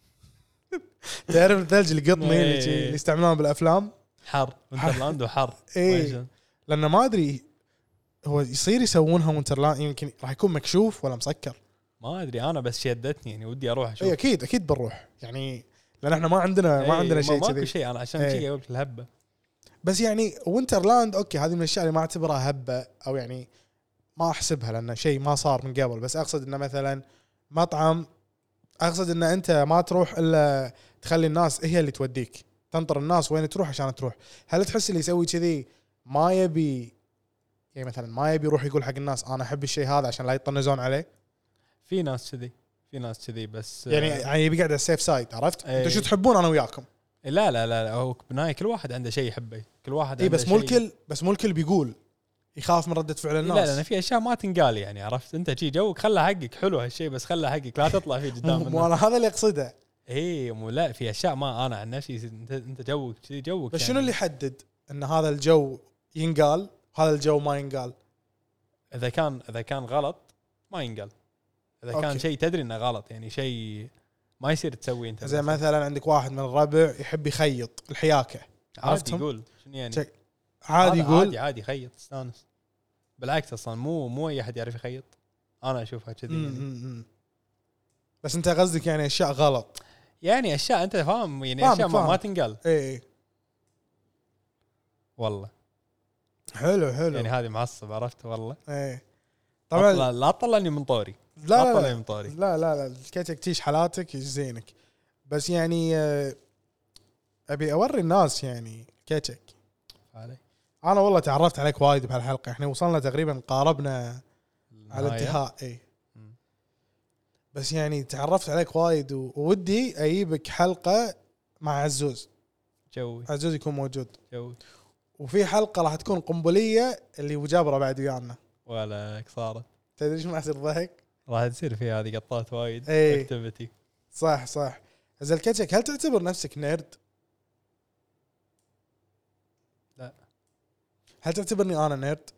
تعرف الثلج القطني اللي يستعملونه بالافلام، حر وينترلاند وحر. اي لان ما ادري هو يصير يسوونها وينترلاند، يمكن راح يكون مكشوف ولا مسكر ما ادري انا، بس شدتني يعني ودي اروح اشوف. اي اكيد بنروح يعني، لان احنا ما عندنا شيء كذي. ماكو شيء انا عشان كذي قلت الهبه. بس يعني وينترلاند اوكي هذه من الاشياء اللي ما اعتبرها هبه، او يعني ما احسبها لانه شيء ما صار من قبل. بس اقصد انه مثلا مطعم، اقصد ان انت ما تروح الا تخلي الناس هي اللي توديك، تنطر الناس وين تروح عشان تروح. هل تحس اللي يسوي كذي ما يبي يعني مثلا ما يبي يروح يقول حق الناس انا احب الشيء هذا عشان لا يطنزون عليه؟ في ناس كذي بس يعني يبي قاعد على السيف سايد، عرفت؟ انتوا شو تحبون انا وياكم. لا هو بالنهايه كل واحد عنده شيء يحبه، كل واحد عنده بس مو الكل بيقول، يخاف من ردة فعل الناس. لا لان في اشياء ما تنقال يعني، عرفت؟ انت شي جوك خلى حقك حلو هالشيء، بس خلى حقك لا تطلع فيه قدام الناس. مو انا هذا اللي اقصده. اي مو لا في اشياء ما انا عن نفسي انت جوك بس شنو اللي يحدد ان هذا الجو ينقال وهذا الجو ما ينقال؟ اذا كان غلط ما ينقال، اذا كان شيء تدري انه غلط يعني شيء ما يصير تسوي انت. زي مثلا عندك واحد من الربع يحب يخيط الحياكه، عادي يقول شنو يعني عادي يقول عادي خيط استانس. بالعكس اصلا مو اي احد يعرف يخيط، انا اشوفها كذي يعني. بس انت قصدك يعني اشياء غلط، يعني اشياء انت فاهم يعني اشياء ما تنقال. اي والله حلو يعني هذه معصب، عرفت والله. اي طبعا لا طلعني من طوري، لا من طوري. لا الكاتك تيش حالاتك يزينك. بس يعني ابي اوري الناس يعني كاتك علي. انا والله تعرفت عليك وايد بهالحلقه، احنا وصلنا تقريبا قاربنا على الانتهاء. اي بس يعني تعرفت عليك وايد وودي اجيبك حلقه مع عزوز يكون موجود وفي حلقه راح تكون قنبليه اللي وجابره بعد ويانا ولا صارت. تدري شو يصير ضحك؟ راح تصير فيها هذه قطات وايد اكتيفيتي. صح زين كاتشك، هل تعتبر نفسك نيرد؟ لا. هل تعتبرني انا نيرد؟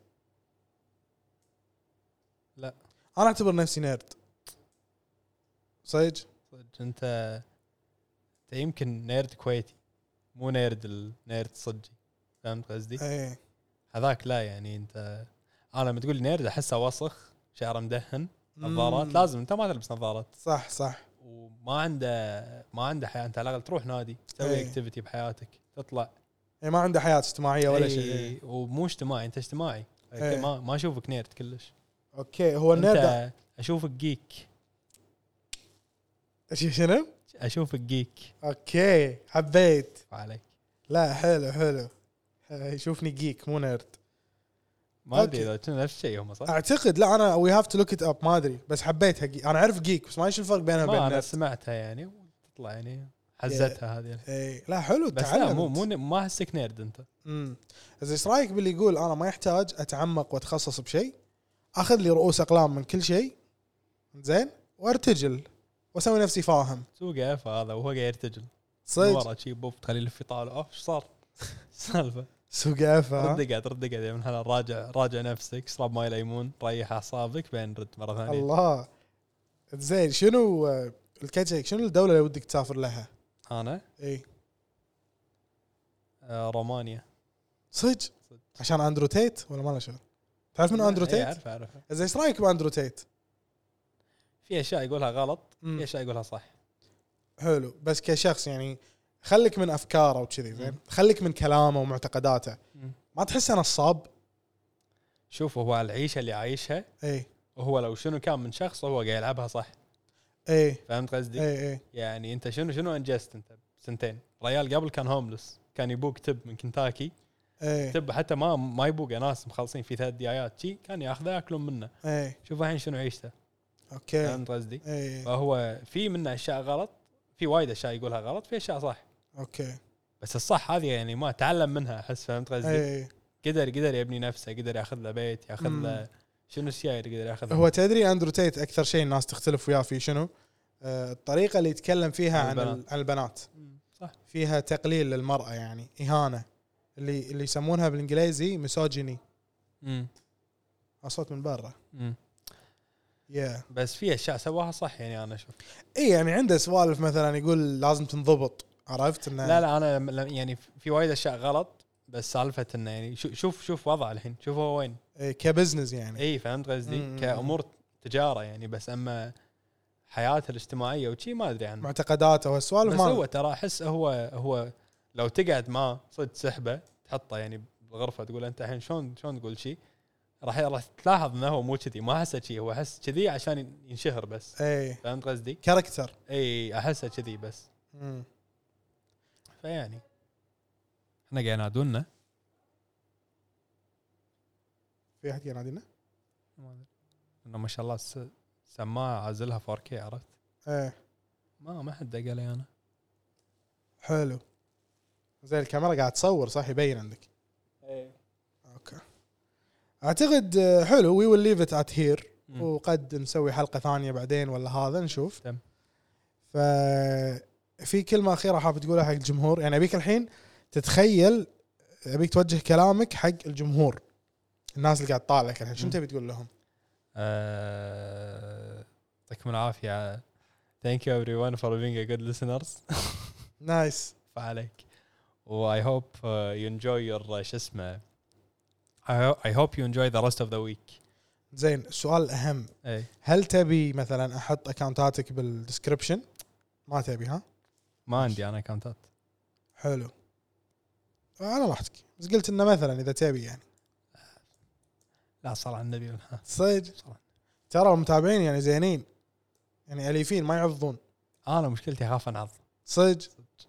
لا. انا اعتبر نفسي نيرد صدق. انت يمكن نيرد كويتي، مو نيرد النيرد صجي، فهمت قصدي؟ ايه هذاك لا يعني انت انا لما تقول نيرد احسه وسخ، شعره مدهن، نظارات. لازم انت ما تلبس نظارات. صح وما عنده حياه. انت على الاقل تروح نادي تسوي اكتيفيتي بحياتك، تطلع. ما عنده حياه اجتماعيه ولا شيء. ومو اجتماعي، انت اجتماعي. ما اشوفك نيرد كلش. اوكي هو النيرد اشوفك جيك. شنو؟ اشوفك جيك. اوكي حبيت عليك. لا حلو يشوفني جيك مو نيرد. ما ادري اذا كنا نفس الشيء هم، صح؟ اعتقد لا، انا وي هاف تو لوك ات اب، ما ادري بس حبيتها. انا اعرف جيك بس ما ايش الفرق بينها وبين نيرد. انا سمعتها يعني وتطلع يعني حزتها هذه. اي لا حلو بس لا مو ما احسك نيرد انت. ايش رايك باللي يقول انا ما يحتاج اتعمق واتخصص بشيء، اخذ لي رؤوس اقلام من كل شيء زين وارتجل واسوي نفسي فاهم. سوق اف هذا وهو قاعد يرتجل صدق ورا شي بوف تخلي له في طاوله. ايش صار؟ سالفه سوق عفا. رد قاعد من هلا راجع نفسك، اشرب ماي ليمون، ريح اعصابك، بعدين رد مره ثانيه. الله زين. شنو الكاتشك، شنو الدوله اللي ودك تسافر لها؟ انا اي رومانيا. صدق عشان اندرو تيت ولا ما له شغل؟ تعرف من اندرو تيت؟ اعرف. زين ايش رايك باندرو تيت؟ في اشياء يقولها غلط، في اشياء يقولها صح. حلو، بس كشخص يعني خليك من افكاره وكذي، زين خليك من كلامه ومعتقداته. ما تحس انا نصاب؟ شوف هو العيشه اللي عايشها، اي وهو لو شنو كان من شخص وهو قاعد يلعبها صح. اي فهمت قصدي؟ اي يعني انت شنو انجزت انت سنتين؟ ريال قبل كان هوملس، كان يبوق تب من كنتاكي، اي تب حتى ما يبوق ناس مخلصين في 3 دقايات شي، كان ياخذه ياكلون منه. اي شوف الحين شنو عيشته. اوكي فهمت قصدي؟ اي فهو في منه اشياء غلط، في وايد اشياء يقولها غلط، في اشياء صح. اوكي بس الصح هذه يعني ما تعلم منها احس. فهمت قصدي؟ اي. قدر يبني نفسه، قدر ياخذ له بيت، ياخذ له شنو السياير قدر ياخذ. هو تدري اندرو تيت اكثر شيء الناس تختلف وياه فيه شنو؟ الطريقه اللي يتكلم فيها عن البنات. صح. فيها تقليل للمراه، يعني اهانه، اللي يسمونها بالانجليزي ميسوجيني. اصوت من برا. بس في اشياء سواها صح يعني انا اشوف. اي يعني عنده سوالف مثلا يقول لازم تنضبط، عرفت انه لا انا يعني في وايد اشياء غلط، بس سالفه انه يعني شوف وضعه الحين، شوف هو وين. كبزنس يعني. اي فهمت قصدي؟ كامور تجاره يعني، بس اما حياته الاجتماعيه وشي ما ادري عنه، معتقداته والسوالف. بس هو ترى احس هو لو تقعد معه صدق سحبه تحطه يعني بالغرفه، تقول انت الحين شلون تقول شيء، راح تلاحظ انه هو مو كذي، ما احسه شيء، هو احس كذي عشان ينشهر بس. اي فهمت قصدي؟ كاركتر. اي احسه كذي بس. فيعني احنا قاعد ينادونا، في احد ينادينا انه ما شاء الله سماعه عازلها 4K، عرفت؟ ايه ما حد دق لي انا. حلو. زي الكاميرا قاعد تصور صح، يبين عندك. ايه اوكي اعتقد حلو. وي ويل ليف ات ات هير، وقد نسوي حلقه ثانيه بعدين ولا هذا نشوف. تم. ففي كلمه اخيره حاب تقولها حق الجمهور، يعني ابيك الحين تتخيل، ابيك توجه كلامك حق الجمهور، الناس اللي قاعد طالعك الحين، شنو تبي تقول لهم؟ يعطيكم العافيه. thank you everyone for being a good listeners. نايس. فعليك. و I hope you enjoy your شو اسمه I hope you enjoy the rest of the week. زين السؤال الأهم، اي هل تبي مثلا أحط أكاونتاتك بالديسكريبشن؟ ما تبي؟ ها ما عندي أنا أكاونتات. حلو على راحتك، بس قلت إنه مثلا إذا تبي يعني. لا صل على النبي. صدق ترى المتابعين يعني زينين، يعني أليفين ما يعضون. أنا مشكلتي أخاف أنعض. صدق.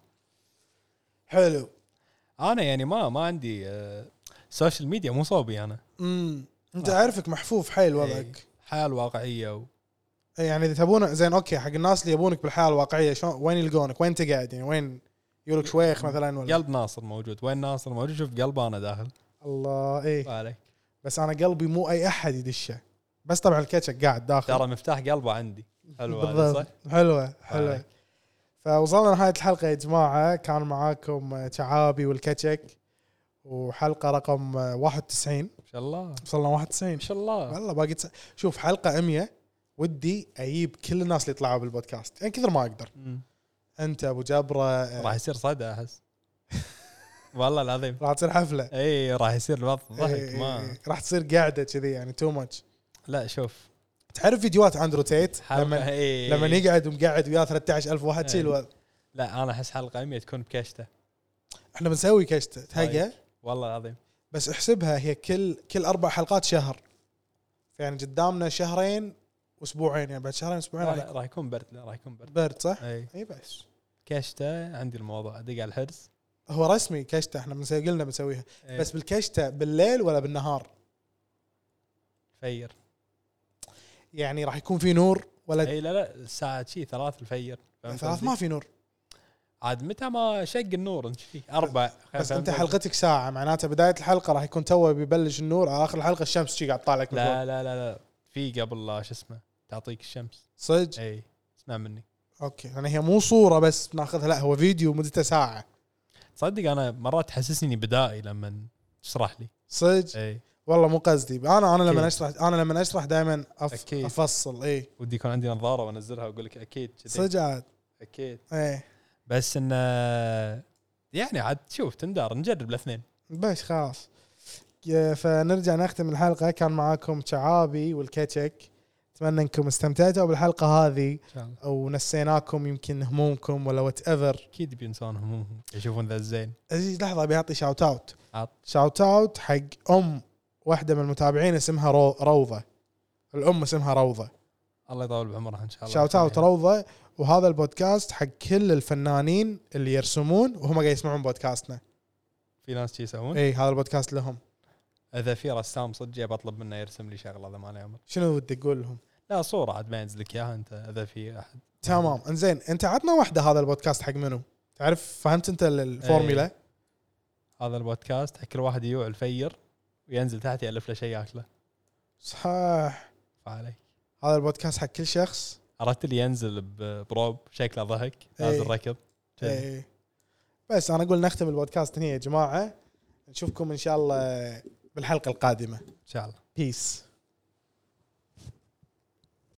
حلو. أنا يعني ما عندي سوشيال ميديا، مو صوبي أنا. أنت عارفك محفوف حيل وضعك. حياة الواقعية يعني إذا تبون زين أوكي، حق الناس اللي يبونك بالحياة الواقعية شلون، وين يلقونك؟ وين تقعد يعني؟ وين يقولك شويخ مثلا ولا؟ قلب ناصر موجود. وين ناصر موجود؟ شوف قلب أنا داخل. الله إيه عليك. بس أنا قلبي مو أي أحد يدشه، بس طبعا الكاتشك قاعد داخل. ترى مفتاح قلبه عندي. حلوة صح؟ حلوة. فوصلنا لنهاية الحلقة يا جماعة، كان معاكم شعابي والكاتشك، وحلقة رقم 91 إن شاء الله. وصلنا 91 إن شاء الله. والله باقي شوف حلقة 100 ودي أجيب كل الناس اللي يطلعوا بالبودكاست، يعني كثر ما أقدر. أنت أبو جبرة راح يصير صدى أحس. والله العظيم راح تصير حفلة. اي راح يصير الوضع ضحك. ما راح تصير قاعدة كذي يعني تو ماتش. لا شوف، تعرف فيديوهات اندرو تيت لما يقعد ومقعد وياه 13,000 واحد شيل. لا انا احس حلقة 100 تكون بكشته. احنا بنسوي كشته تهقى والله العظيم. بس احسبها هي كل 4 حلقات شهر، يعني قدامنا شهرين واسبوعين، يعني بعد شهرين اسبوعين راح يكون برد. لا راح يكون برد صح. اي بس كشته عندي الموضوع دق على الحرز. هو رسمي كشته، احنا قلنا بنسويها. بس بالكشته بالليل ولا بالنهار؟ فير يعني راح يكون في نور ولا؟ اي لا الساعه شي 3 الفير. 3 ما في نور عاد متى ما شق النور انت فيه 4. بس انت حلقتك ساعه، معناته بدايه الحلقه راح يكون توه بيبلش النور، اخر الحلقه الشمس شي قاعد طالعك. لا في قبل شو اسمه تعطيك الشمس صدق. اي اسمع مني. اوكي يعني هي مو صوره بس ناخذها، لا هو فيديو مدته ساعه. تصدق انا مرات تحسسني بدائي لما تشرح لي. صدق اي والله مو قصدي. انا أكيد. لما اشرح دائما أكيد. افصل. اي ودي يكون عندي نظاره وانزلها واقول لك اكيد كذي. صدق عاد. اكيد. اي بس انه يعني عاد شوف تندار نجرب الاثنين. بس خلاص. فنرجع نختم الحلقه. كان معاكم شعابي والكيتشك. اتمنى انكم استمتعتوا بالحلقه هذه ان شاء الله. او نسيناكم يمكن همومكم ولا وات ايفر. اكيد بينسون همومهم يشوفون ذا الزين. لحظه بيعطي شاوت اوت. عط. شاوت اوت حق واحده من المتابعين اسمها روضه. الام اسمها روضه. الله يطول بعمرها ان شاء الله. شاوت اوت روضه. وهذا البودكاست حق كل الفنانين اللي يرسمون وهم قاعد يسمعون بودكاستنا. في ناس شي يسوون. اي هذا البودكاست لهم. اذا في رسام صدق بطلب منه يرسم لي شغله هذا ما له عمر. شنو ودك تقول لهم؟ لا صوره عاد ما ينزل لك اياها انت اذا في احد. تمام انزين. انت عطنا واحده. هذا البودكاست حق منو؟ تعرف فهمت انت الفورمولا؟ هذا البودكاست حق كل واحد يوع الفير وينزل تحت يالف له شيء ياكله. صح. فعليك. هذا البودكاست حق كل شخص. عرفت اللي ينزل بروب شكله ضحك نازل ركض. اي بس انا اقول نختم البودكاست هنا يا جماعه. نشوفكم ان شاء الله بالحلقه القادمه. ان شاء الله. بيس.